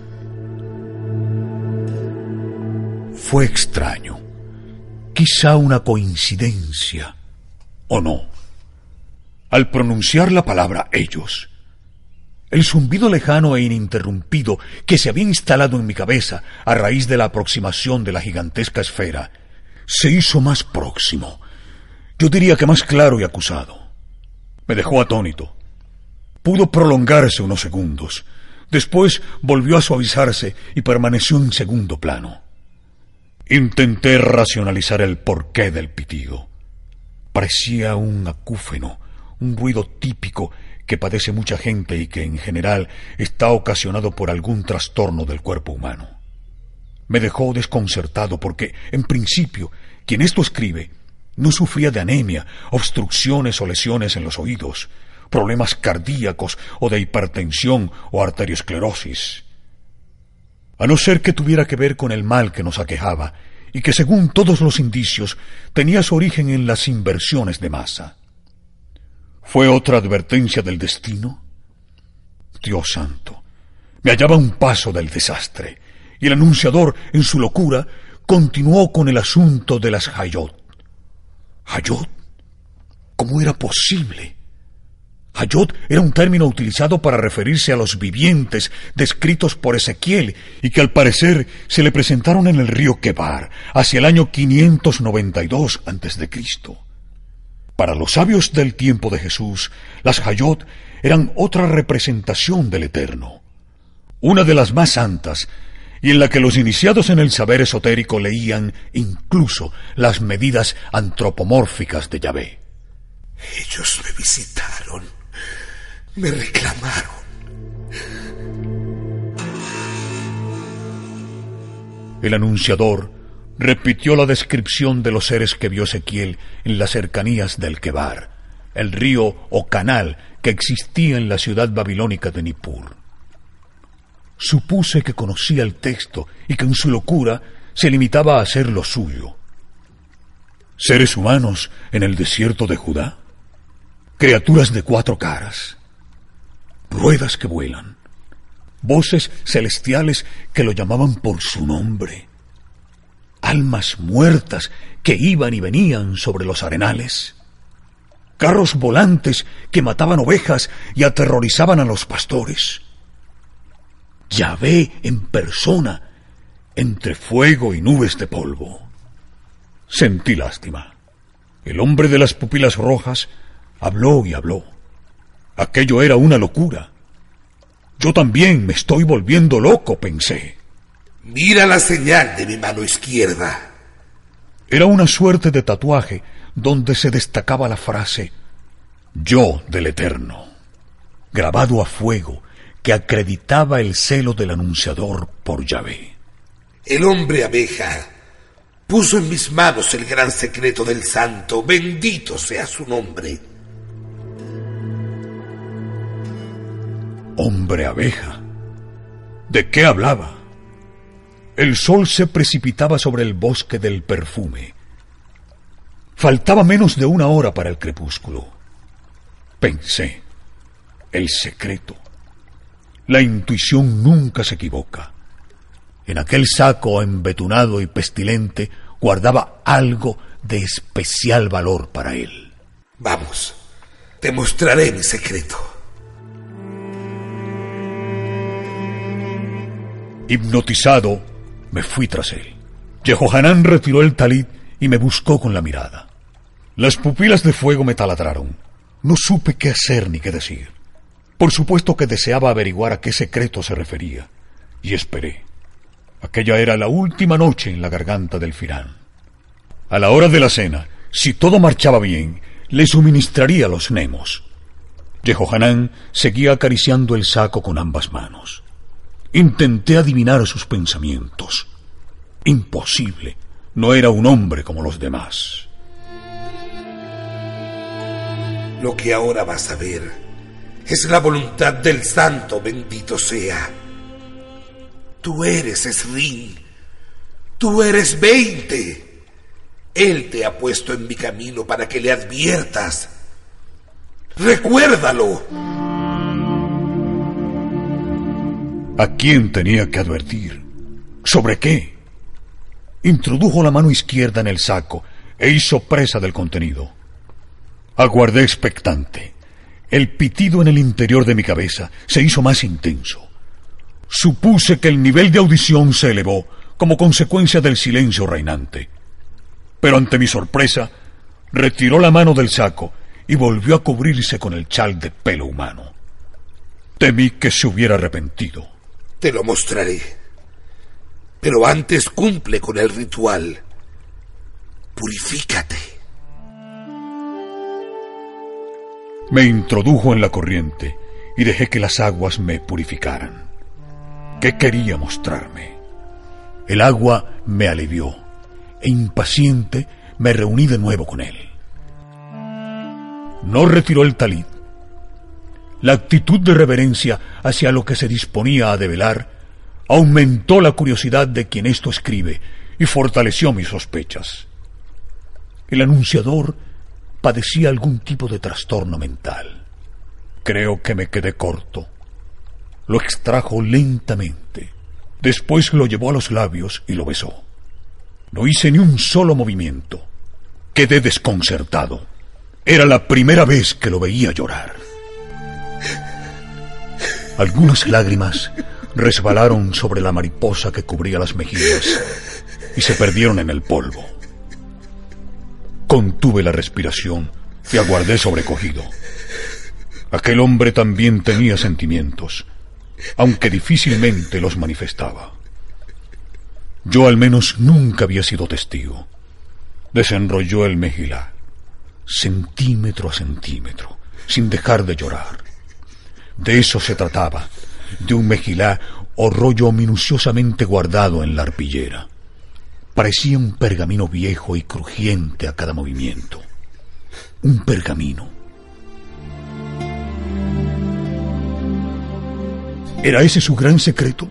Fue extraño. Quizá una coincidencia. ¿O no? Al pronunciar la palabra ellos, el zumbido lejano e ininterrumpido que se había instalado en mi cabeza a raíz de la aproximación de la gigantesca esfera se hizo más próximo, yo diría que más claro y acusado. Me dejó atónito. Pudo prolongarse unos segundos. Después volvió a suavizarse y permaneció en segundo plano. Intenté racionalizar el porqué del pitido. Parecía un acúfeno, un ruido típico que padece mucha gente y que en general está ocasionado por algún trastorno del cuerpo humano. Me dejó desconcertado porque, en principio, quien esto escribe no sufría de anemia, obstrucciones o lesiones en los oídos, problemas cardíacos o de hipertensión o arteriosclerosis. A no ser que tuviera que ver con el mal que nos aquejaba y que según todos los indicios tenía su origen en las inversiones de masa. ¿Fue otra advertencia del destino? Dios santo, me hallaba a un paso del desastre, y el anunciador, en su locura, continuó con el asunto de las Hayot. ¿Hayot? ¿Cómo era posible? Hayot era un término utilizado para referirse a los vivientes descritos por Ezequiel y que al parecer se le presentaron en el río Quebar hacia el año quinientos noventa y dos antes de Cristo. Para los sabios del tiempo de Jesús, las Hayot eran otra representación del Eterno, una de las más santas, y en la que los iniciados en el saber esotérico leían incluso las medidas antropomórficas de Yahvé. Ellos me visitaron, me reclamaron. El anunciador repitió la descripción de los seres que vio Ezequiel en las cercanías del Quebar, el río o canal que existía en la ciudad babilónica de Nippur. Supuse que conocía el texto y que en su locura se limitaba a hacer lo suyo. ¿Seres humanos en el desierto de Judá? Criaturas de cuatro caras, ruedas que vuelan, voces celestiales que lo llamaban por su nombre, almas muertas que iban y venían sobre los arenales, carros volantes que mataban ovejas y aterrorizaban a los pastores. Yahvé en persona, entre fuego y nubes de polvo. Sentí lástima. El hombre de las pupilas rojas habló y habló. Aquello era una locura. Yo también me estoy volviendo loco, pensé. Mira la señal de mi mano izquierda. Era una suerte de tatuaje donde se destacaba la frase «Yo del Eterno», grabado a fuego, que acreditaba el celo del anunciador por Yahvé. El hombre abeja puso en mis manos el gran secreto del santo, bendito sea su nombre. Hombre abeja. ¿De qué hablaba? El sol se precipitaba sobre el bosque del perfume. Faltaba menos de una hora para el crepúsculo. Pensé, el secreto. La intuición nunca se equivoca. En aquel saco embetunado y pestilente guardaba algo de especial valor para él. Vamos, te mostraré mi secreto. Hipnotizado, me fui tras él. Yehohanán retiró el talit y me buscó con la mirada. Las pupilas de fuego me taladraron. No supe qué hacer ni qué decir. Por supuesto que deseaba averiguar a qué secreto se refería, y esperé. Aquella era la última noche en la garganta del Firán. A la hora de la cena, si todo marchaba bien, le suministraría los nemos. Yehohanán seguía acariciando el saco con ambas manos. Intenté adivinar sus pensamientos. Imposible. No era un hombre como los demás. Lo que ahora vas a ver es la voluntad del santo, bendito sea. Tú eres Esrín. Tú eres veinte. Él te ha puesto en mi camino para que le adviertas. ¡Recuérdalo! ¿A quién tenía que advertir? ¿Sobre qué? Introdujo la mano izquierda en el saco e hizo presa del contenido. Aguardé expectante. El pitido en el interior de mi cabeza se hizo más intenso. Supuse que el nivel de audición se elevó como consecuencia del silencio reinante. Pero ante mi sorpresa, retiró la mano del saco y volvió a cubrirse con el chal de pelo humano. Temí que se hubiera arrepentido. Te lo mostraré. Pero antes cumple con el ritual. Purifícate. Me introdujo en la corriente y dejé que las aguas me purificaran. ¿Qué quería mostrarme? El agua me alivió e impaciente me reuní de nuevo con él. No retiró el talit. La actitud de reverencia hacia lo que se disponía a develar aumentó la curiosidad de quien esto escribe y fortaleció mis sospechas. El anunciador padecía algún tipo de trastorno mental. Creo que me quedé corto. Lo extrajo lentamente. Después lo llevó a los labios y lo besó. No hice ni un solo movimiento. Quedé desconcertado. Era la primera vez que lo veía llorar. Algunas lágrimas resbalaron sobre la mariposa que cubría las mejillas y se perdieron en el polvo. Contuve la respiración y aguardé sobrecogido. Aquel hombre también tenía sentimientos, aunque difícilmente los manifestaba. Yo al menos nunca había sido testigo. Desenrolló el mejilá, centímetro a centímetro, sin dejar de llorar. De eso se trataba, de un mejilá o rollo minuciosamente guardado en la arpillera. Parecía un pergamino viejo y crujiente a cada movimiento. Un pergamino. ¿Era ese su gran secreto?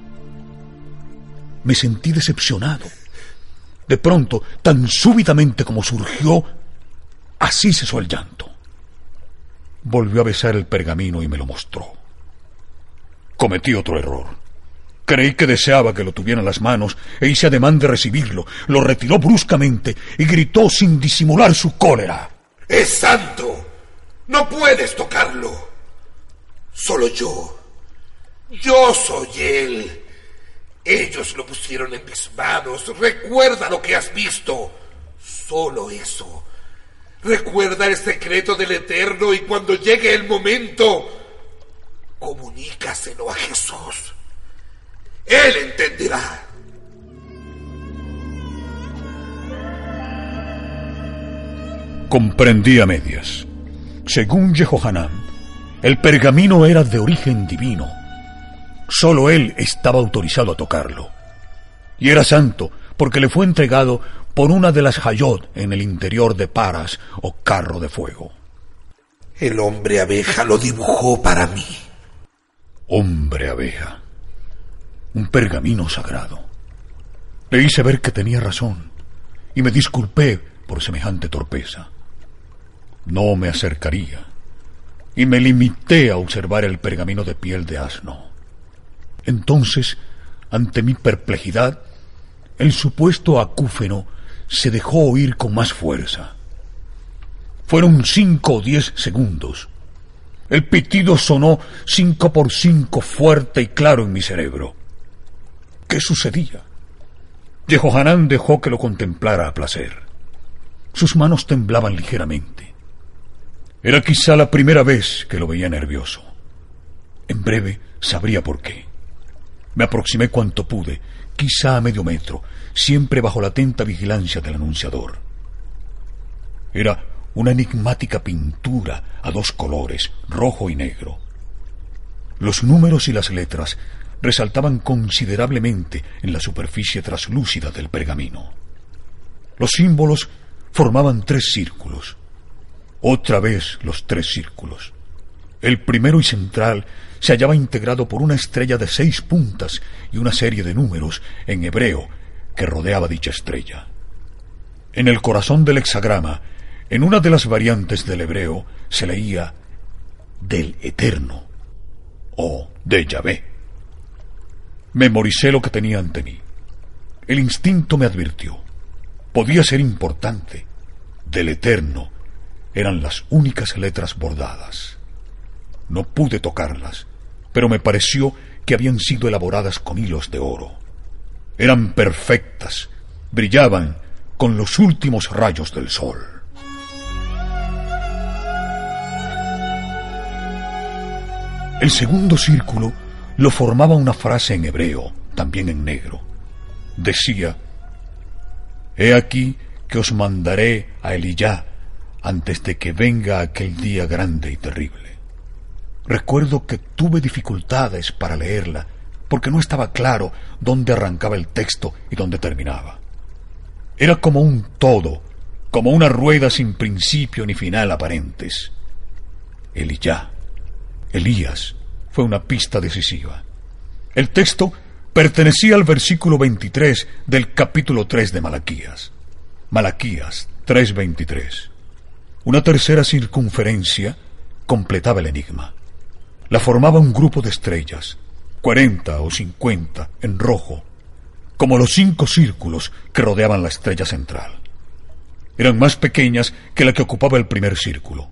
Me sentí decepcionado. De pronto, tan súbitamente como surgió, así cesó el llanto. Volvió a besar el pergamino y me lo mostró. Cometí otro error. Creí que deseaba que lo tuviera en las manos e hice ademán de recibirlo. Lo retiró bruscamente y gritó sin disimular su cólera. ¡Es santo! ¡No puedes tocarlo! Solo yo. Yo soy él. Ellos lo pusieron en mis manos. Recuerda lo que has visto. Solo eso. Recuerda el secreto del Eterno y cuando llegue el momento, comunícaselo a Jesús. Él entenderá. Comprendí a medias. Según Yehohanán, el pergamino era de origen divino. Solo él estaba autorizado a tocarlo. Y era santo porque le fue entregado por una de las hayot en el interior de Paras o carro de fuego. El hombre abeja lo dibujó para mí. Hombre abeja. Un pergamino sagrado. Le hice ver que tenía razón y me disculpé por semejante torpeza. No me acercaría y me limité a observar el pergamino de piel de asno. Entonces, ante mi perplejidad, el supuesto acúfeno se dejó oír con más fuerza. Fueron cinco o diez segundos. El pitido sonó cinco por cinco fuerte y claro en mi cerebro. ¿Qué sucedía? Yehohanán dejó que lo contemplara a placer. Sus manos temblaban ligeramente. Era quizá la primera vez que lo veía nervioso. En breve sabría por qué. Me aproximé cuanto pude, quizá a medio metro, siempre bajo la atenta vigilancia del anunciador. Era una enigmática pintura a dos colores, rojo y negro. Los números y las letras resaltaban considerablemente en la superficie traslúcida del pergamino. Los símbolos formaban tres círculos. Otra vez los tres círculos. El primero y central se hallaba integrado por una estrella de seis puntas y una serie de números en hebreo que rodeaba dicha estrella. En el corazón del hexagrama, en una de las variantes del hebreo, se leía del Eterno o de Yahvé. Memoricé lo que tenía ante mí. El instinto me advirtió. Podía ser importante. Del Eterno eran las únicas letras bordadas. No pude tocarlas, pero me pareció que habían sido elaboradas con hilos de oro. Eran perfectas, brillaban con los últimos rayos del sol. El segundo círculo lo formaba una frase en hebreo, también en negro. Decía: «He aquí que os mandaré a Eliyá antes de que venga aquel día grande y terrible». Recuerdo que tuve dificultades para leerla, porque no estaba claro dónde arrancaba el texto y dónde terminaba. Era como un todo, como una rueda sin principio ni final aparentes. Eliyá, Elías, fue una pista decisiva. El texto pertenecía al versículo veintitrés del capítulo tres de Malaquías. Malaquías tres veintitrés. Una tercera circunferencia completaba el enigma. La formaba un grupo de estrellas, cuarenta o cincuenta, en rojo, como los cinco círculos que rodeaban la estrella central. Eran más pequeñas que la que ocupaba el primer círculo.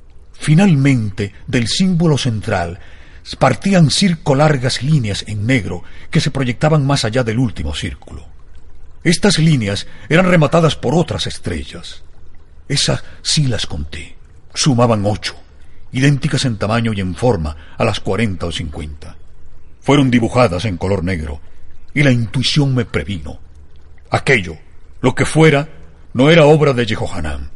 Finalmente, del símbolo central, partían circo largas líneas en negro que se proyectaban más allá del último círculo. Estas líneas eran rematadas por otras estrellas. Esas sí las conté. Sumaban ocho, idénticas en tamaño y en forma a las cuarenta o cincuenta. Fueron dibujadas en color negro, y la intuición me previno. Aquello, lo que fuera, no era obra de Jehohanán.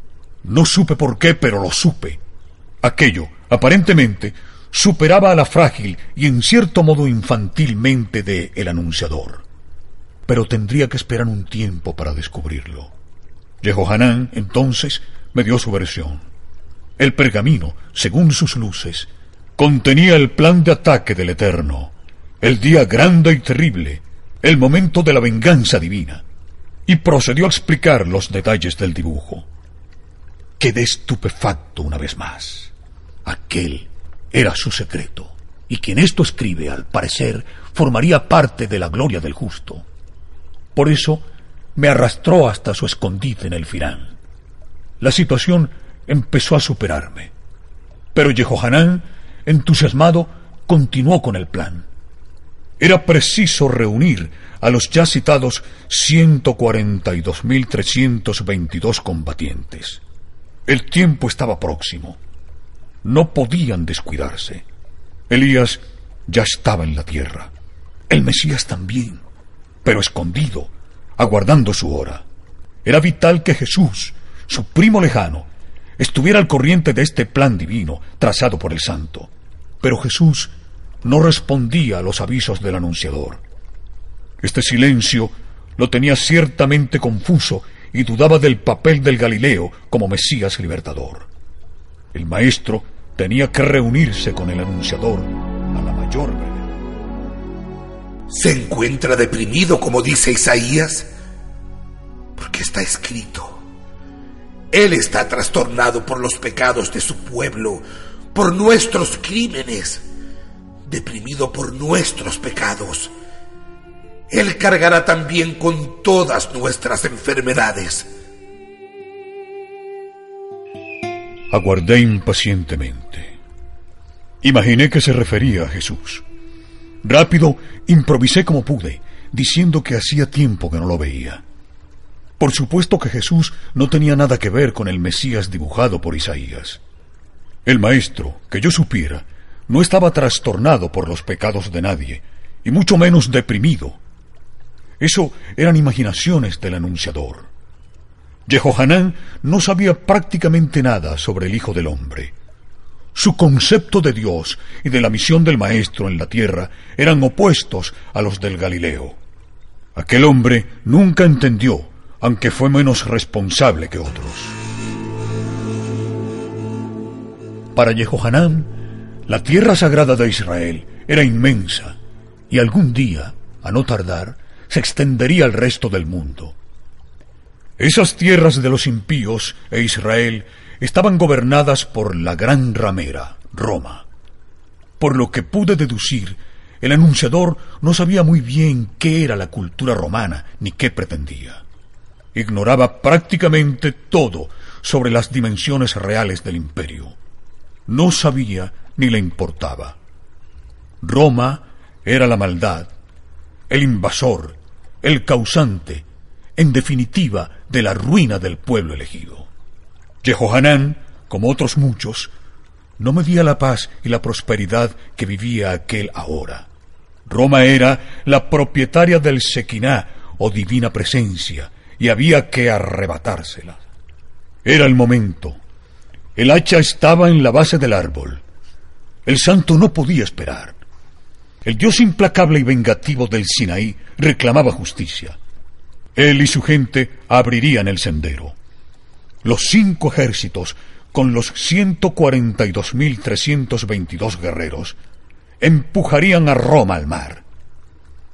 No supe por qué, pero lo supe. Aquello, aparentemente, superaba a la frágil y en cierto modo infantilmente de El Anunciador. Pero tendría que esperar un tiempo para descubrirlo. Jehohanán, entonces, me dio su versión. El pergamino, según sus luces, contenía el plan de ataque del Eterno, el día grande y terrible, el momento de la venganza divina, y procedió a explicar los detalles del dibujo. Quedé estupefacto una vez más. Aquel era su secreto, y quien esto escribe, al parecer, formaría parte de la gloria del justo. Por eso me arrastró hasta su escondite en el Firán. La situación empezó a superarme, pero Jehohanán, entusiasmado, continuó con el plan. Era preciso reunir a los ya citados ciento cuarenta y dos mil trescientos veintidós combatientes. El tiempo estaba próximo. No podían descuidarse. Elías ya estaba en la tierra. El Mesías también, pero escondido, aguardando su hora. Era vital que Jesús, su primo lejano, estuviera al corriente de este plan divino trazado por el Santo. Pero Jesús no respondía a los avisos del anunciador. Este silencio lo tenía ciertamente confuso y dudaba del papel del Galileo como Mesías libertador. El maestro tenía que reunirse con el anunciador a la mayor brevedad. ¿Se encuentra deprimido, como dice Isaías? Porque está escrito: Él está trastornado por los pecados de su pueblo, por nuestros crímenes, deprimido por nuestros pecados. Él cargará también con todas nuestras enfermedades. Aguardé impacientemente. Imaginé que se refería a Jesús. Rápido improvisé como pude, diciendo que hacía tiempo que no lo veía. Por supuesto que Jesús no tenía nada que ver con el Mesías dibujado por Isaías. El maestro, que yo supiera, no estaba trastornado por los pecados de nadie, y mucho menos deprimido. Eso eran imaginaciones del anunciador. Jehohanán no sabía prácticamente nada sobre el Hijo del Hombre. Su concepto de Dios y de la misión del Maestro en la tierra eran opuestos a los del Galileo. Aquel hombre nunca entendió, aunque fue menos responsable que otros. Para Jehohanán, la tierra sagrada de Israel era inmensa, y algún día, a no tardar, se extendería al resto del mundo. Esas tierras de los impíos e Israel estaban gobernadas por la gran ramera, Roma. Por lo que pude deducir, el anunciador no sabía muy bien qué era la cultura romana ni qué pretendía. Ignoraba prácticamente todo sobre las dimensiones reales del imperio. No sabía ni le importaba. Roma era la maldad, el invasor, el causante, en definitiva, de la ruina del pueblo elegido. Jehohanán, como otros muchos, no medía la paz y la prosperidad que vivía aquel ahora. Roma era la propietaria del Shekinah, o divina presencia, y había que arrebatársela. Era el momento. El hacha estaba en la base del árbol. El santo no podía esperar. El Dios implacable y vengativo del Sinaí reclamaba justicia. Él y su gente abrirían el sendero. Los cinco ejércitos, con los ciento cuarenta y dos mil trescientos veintidós guerreros, empujarían a Roma al mar.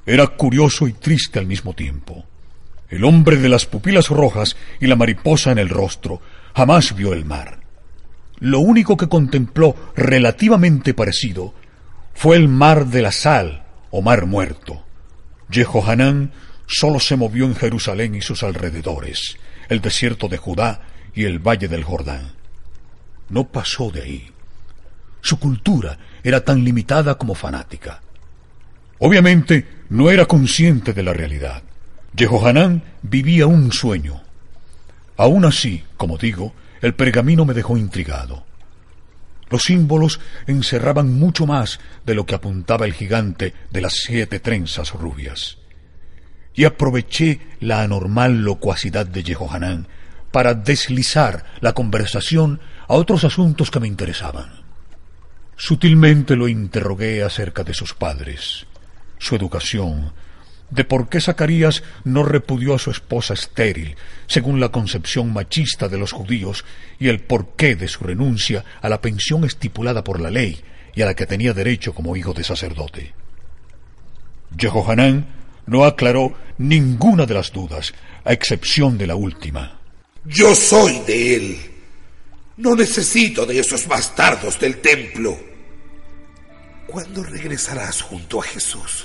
Era curioso y triste al mismo tiempo. El hombre de las pupilas rojas y la mariposa en el rostro jamás vio el mar. Lo único que contempló relativamente parecido fue el mar de la sal o mar muerto. Jehohanán solo se movió en Jerusalén y sus alrededores, el desierto de Judá y el valle del Jordán. No pasó de ahí. Su cultura era tan limitada como fanática. Obviamente no era consciente de la realidad. Jehohanán vivía un sueño. Aún así, como digo, el pergamino me dejó intrigado. Los símbolos encerraban mucho más de lo que apuntaba el gigante de las siete trenzas rubias. Y aproveché la anormal locuacidad de Jehohanán para deslizar la conversación a otros asuntos que me interesaban. Sutilmente lo interrogué acerca de sus padres, su educación, de por qué Zacarías no repudió a su esposa estéril, según la concepción machista de los judíos, y el porqué de su renuncia a la pensión estipulada por la ley y a la que tenía derecho como hijo de sacerdote. Jehohanán no aclaró ninguna de las dudas, a excepción de la última. Yo soy de él. No necesito de esos bastardos del templo. ¿Cuándo regresarás junto a Jesús?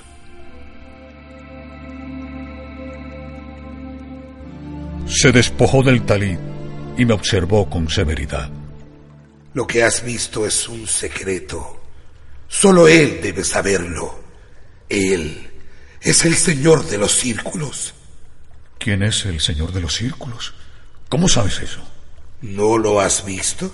Se despojó del talid y me observó con severidad. Lo que has visto es un secreto. Solo él debe saberlo. Él es el Señor de los círculos. ¿Quién es el Señor de los círculos? ¿Cómo sabes eso? ¿No lo has visto?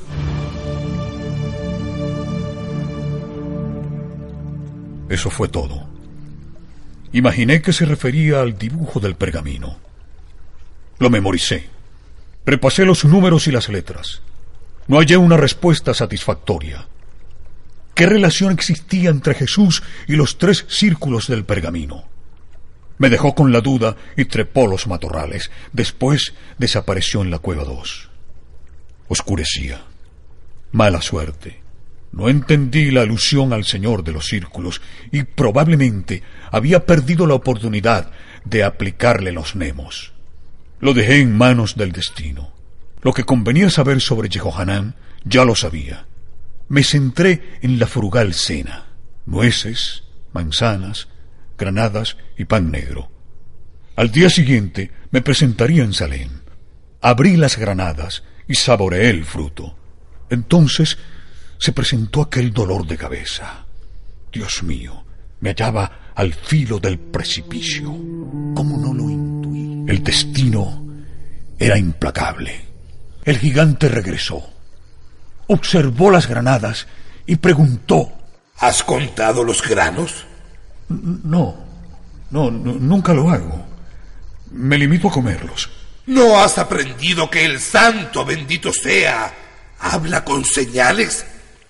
Eso fue todo. Imaginé que se refería al dibujo del pergamino. Lo memoricé. Repasé los números y las letras. No hallé una respuesta satisfactoria. ¿Qué relación existía entre Jesús y los tres círculos del pergamino? Me dejó con la duda y trepó los matorrales. Después desapareció en la cueva dos. Oscurecía. Mala suerte. No entendí la alusión al Señor de los círculos y probablemente había perdido la oportunidad de aplicarle los nemos. Lo dejé en manos del destino. Lo que convenía saber sobre Jehohanán ya lo sabía. Me centré en la frugal cena: nueces, manzanas, granadas y pan negro. Al día siguiente me presentaría en Salem. Abrí las granadas y saboreé el fruto. Entonces se presentó aquel dolor de cabeza. Dios mío, me hallaba al filo del precipicio. ¿Cómo no lo intuí? El destino era implacable. El gigante regresó. Observó las granadas y preguntó: ¿Has contado los granos? No, no, no, nunca lo hago. Me limito a comerlos. ¿No has aprendido que el santo, bendito sea, habla con señales?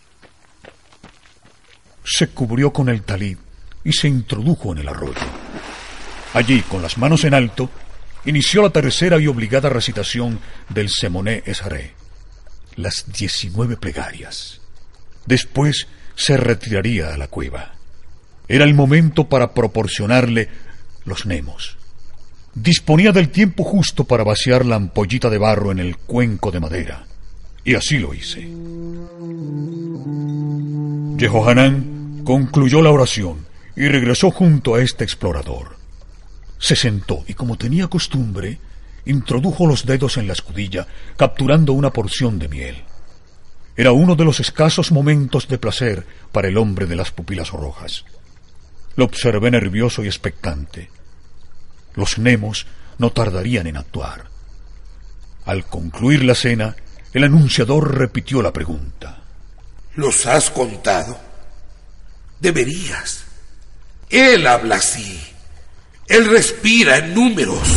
Se cubrió con el talid y se introdujo en el arroyo. Allí, con las manos en alto, inició la tercera y obligada recitación del Semoné Esaré, las diecinueve plegarias. Después se retiraría a la cueva. Era el momento para proporcionarle los nemos. Disponía del tiempo justo para vaciar la ampollita de barro en el cuenco de madera, y así lo hice. Jehohanán concluyó la oración y regresó junto a este explorador. Se sentó y, como tenía costumbre, introdujo los dedos en la escudilla, capturando una porción de miel. Era uno de los escasos momentos de placer para el hombre de las pupilas rojas. Lo observé nervioso y expectante. Los nemos no tardarían en actuar. Al concluir la cena, el anunciador repitió la pregunta. ¿Los has contado? Deberías. Él habla así. Él respira en números.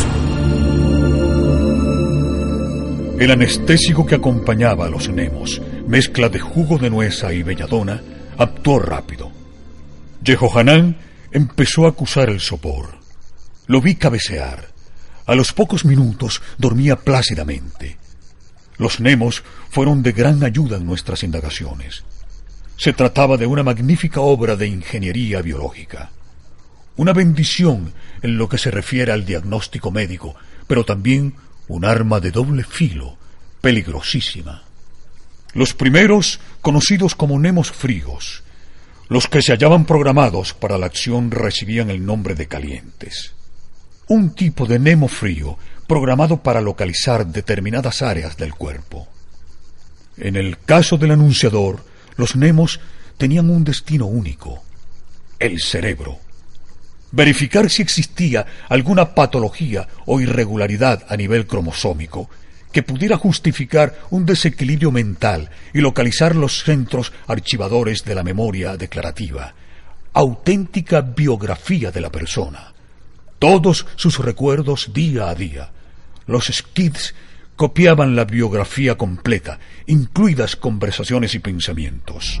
El anestésico que acompañaba a los nemos, mezcla de jugo de nueza y belladona, actuó rápido. Jehohanán empezó a acusar el sopor. Lo vi cabecear. A los pocos minutos dormía plácidamente. Los nemos fueron de gran ayuda en nuestras indagaciones. Se trataba de una magnífica obra de ingeniería biológica. una bendición en lo que se refiere al diagnóstico médico, pero también un arma de doble filo, peligrosísima. Los primeros, conocidos como nemos fríos, los que se hallaban programados para la acción, recibían el nombre de calientes. Un tipo de nemo frío programado para localizar determinadas áreas del cuerpo. En el caso del anunciador, los nemos tenían un destino único: el cerebro. Verificar si existía alguna patología o irregularidad a nivel cromosómico que pudiera justificar un desequilibrio mental y localizar los centros archivadores de la memoria declarativa, auténtica biografía de la persona, todos sus recuerdos día a día. Los Skids copiaban la biografía completa, incluidas conversaciones y pensamientos.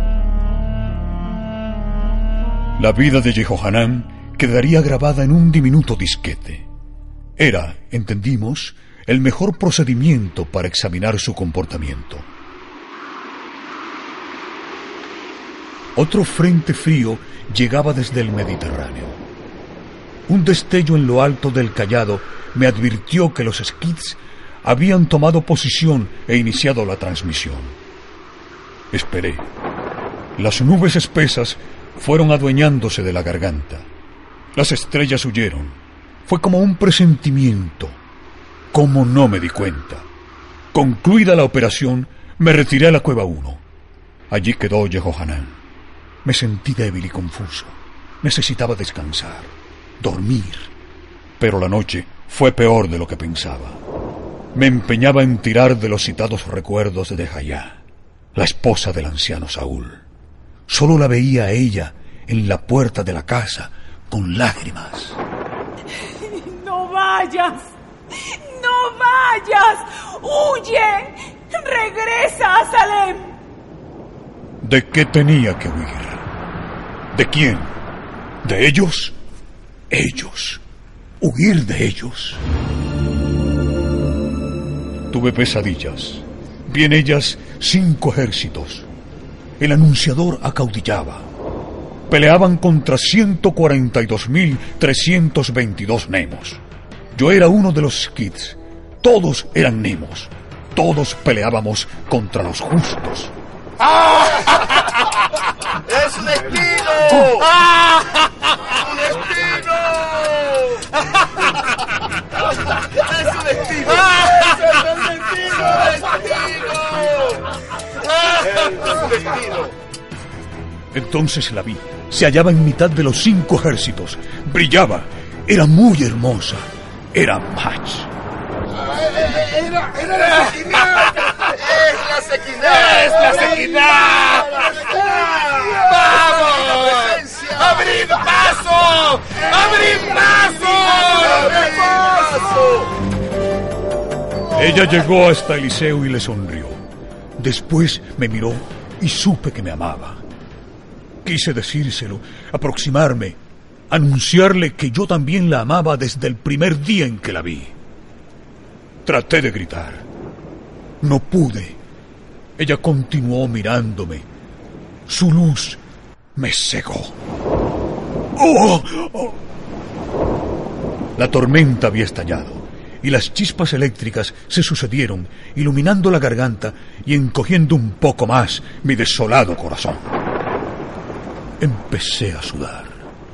La vida de Yehohanan quedaría grabada en un diminuto disquete. Era, entendimos, el mejor procedimiento para examinar su comportamiento. Otro frente frío llegaba desde el Mediterráneo. Un destello en lo alto del Callado me advirtió que los Skids habían tomado posición e iniciado la transmisión. Esperé. Las nubes espesas fueron adueñándose de la garganta. Las estrellas huyeron. Fue como un presentimiento. ¿Cómo no me di cuenta? Concluida la operación, me retiré a la cueva uno. Allí quedó Yehohanan. Me sentí débil y confuso. Necesitaba descansar, dormir. Pero la noche fue peor de lo que pensaba. Me empeñaba en tirar de los citados recuerdos de Jayá, la esposa del anciano Saúl. Solo la veía a ella en la puerta de la casa, con lágrimas. ¡No vayas! ¡No vayas! ¡Huye! ¡Regresa a Salem! ¿De qué tenía que huir? ¿De quién? ¿De ellos? Ellos. Huir de ellos. Tuve pesadillas. Vi en ellas cinco ejércitos. El anunciador acaudillaba. Peleaban contra ciento cuarenta y dos mil trescientos veintidós nemos. Yo era uno de los Skids. Todos eran nemos. Todos peleábamos contra los justos. ¡Es un destino! ¡Ah! ¡Un destino! ¡Es un destino! ¡Es un destino! ¡Es un destino! Entonces la vi. Se hallaba en mitad de los cinco ejércitos. Brillaba. Era muy hermosa. Era Match. ¡Era, era la Sequiná! ¡Es la Sequiná! ¡Es la Sequiná! ¡Vamos! ¡Abrid paso! ¡Abrid paso! Ella llegó hasta Eliseo y le sonrió. Después me miró y supe que me amaba. Quise decírselo, aproximarme, anunciarle que yo también la amaba desde el primer día en que la vi. Traté de gritar. No pude. Ella continuó mirándome. Su luz me cegó. ¡Oh! ¡Oh! La tormenta había estallado y las chispas eléctricas se sucedieron, iluminando la garganta y encogiendo un poco más mi desolado corazón. Empecé a sudar.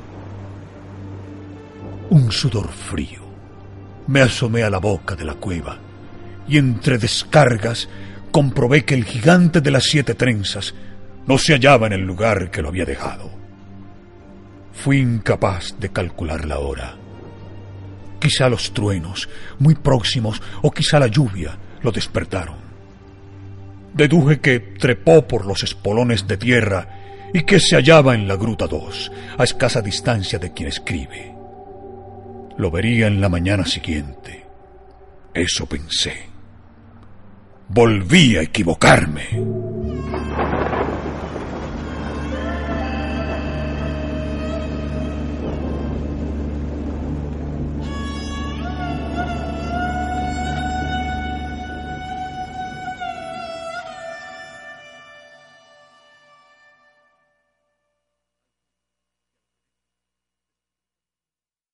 Un sudor frío. Me asomé a la boca de la cueva y entre descargas comprobé que el gigante de las siete trenzas no se hallaba en el lugar que lo había dejado. Fui incapaz de calcular la hora. Quizá los truenos, muy próximos, o quizá la lluvia, lo despertaron. Deduje que trepó por los espolones de tierra y que se hallaba en la gruta dos, a escasa distancia de quien escribe. Lo vería en la mañana siguiente. Eso pensé. Volví a equivocarme.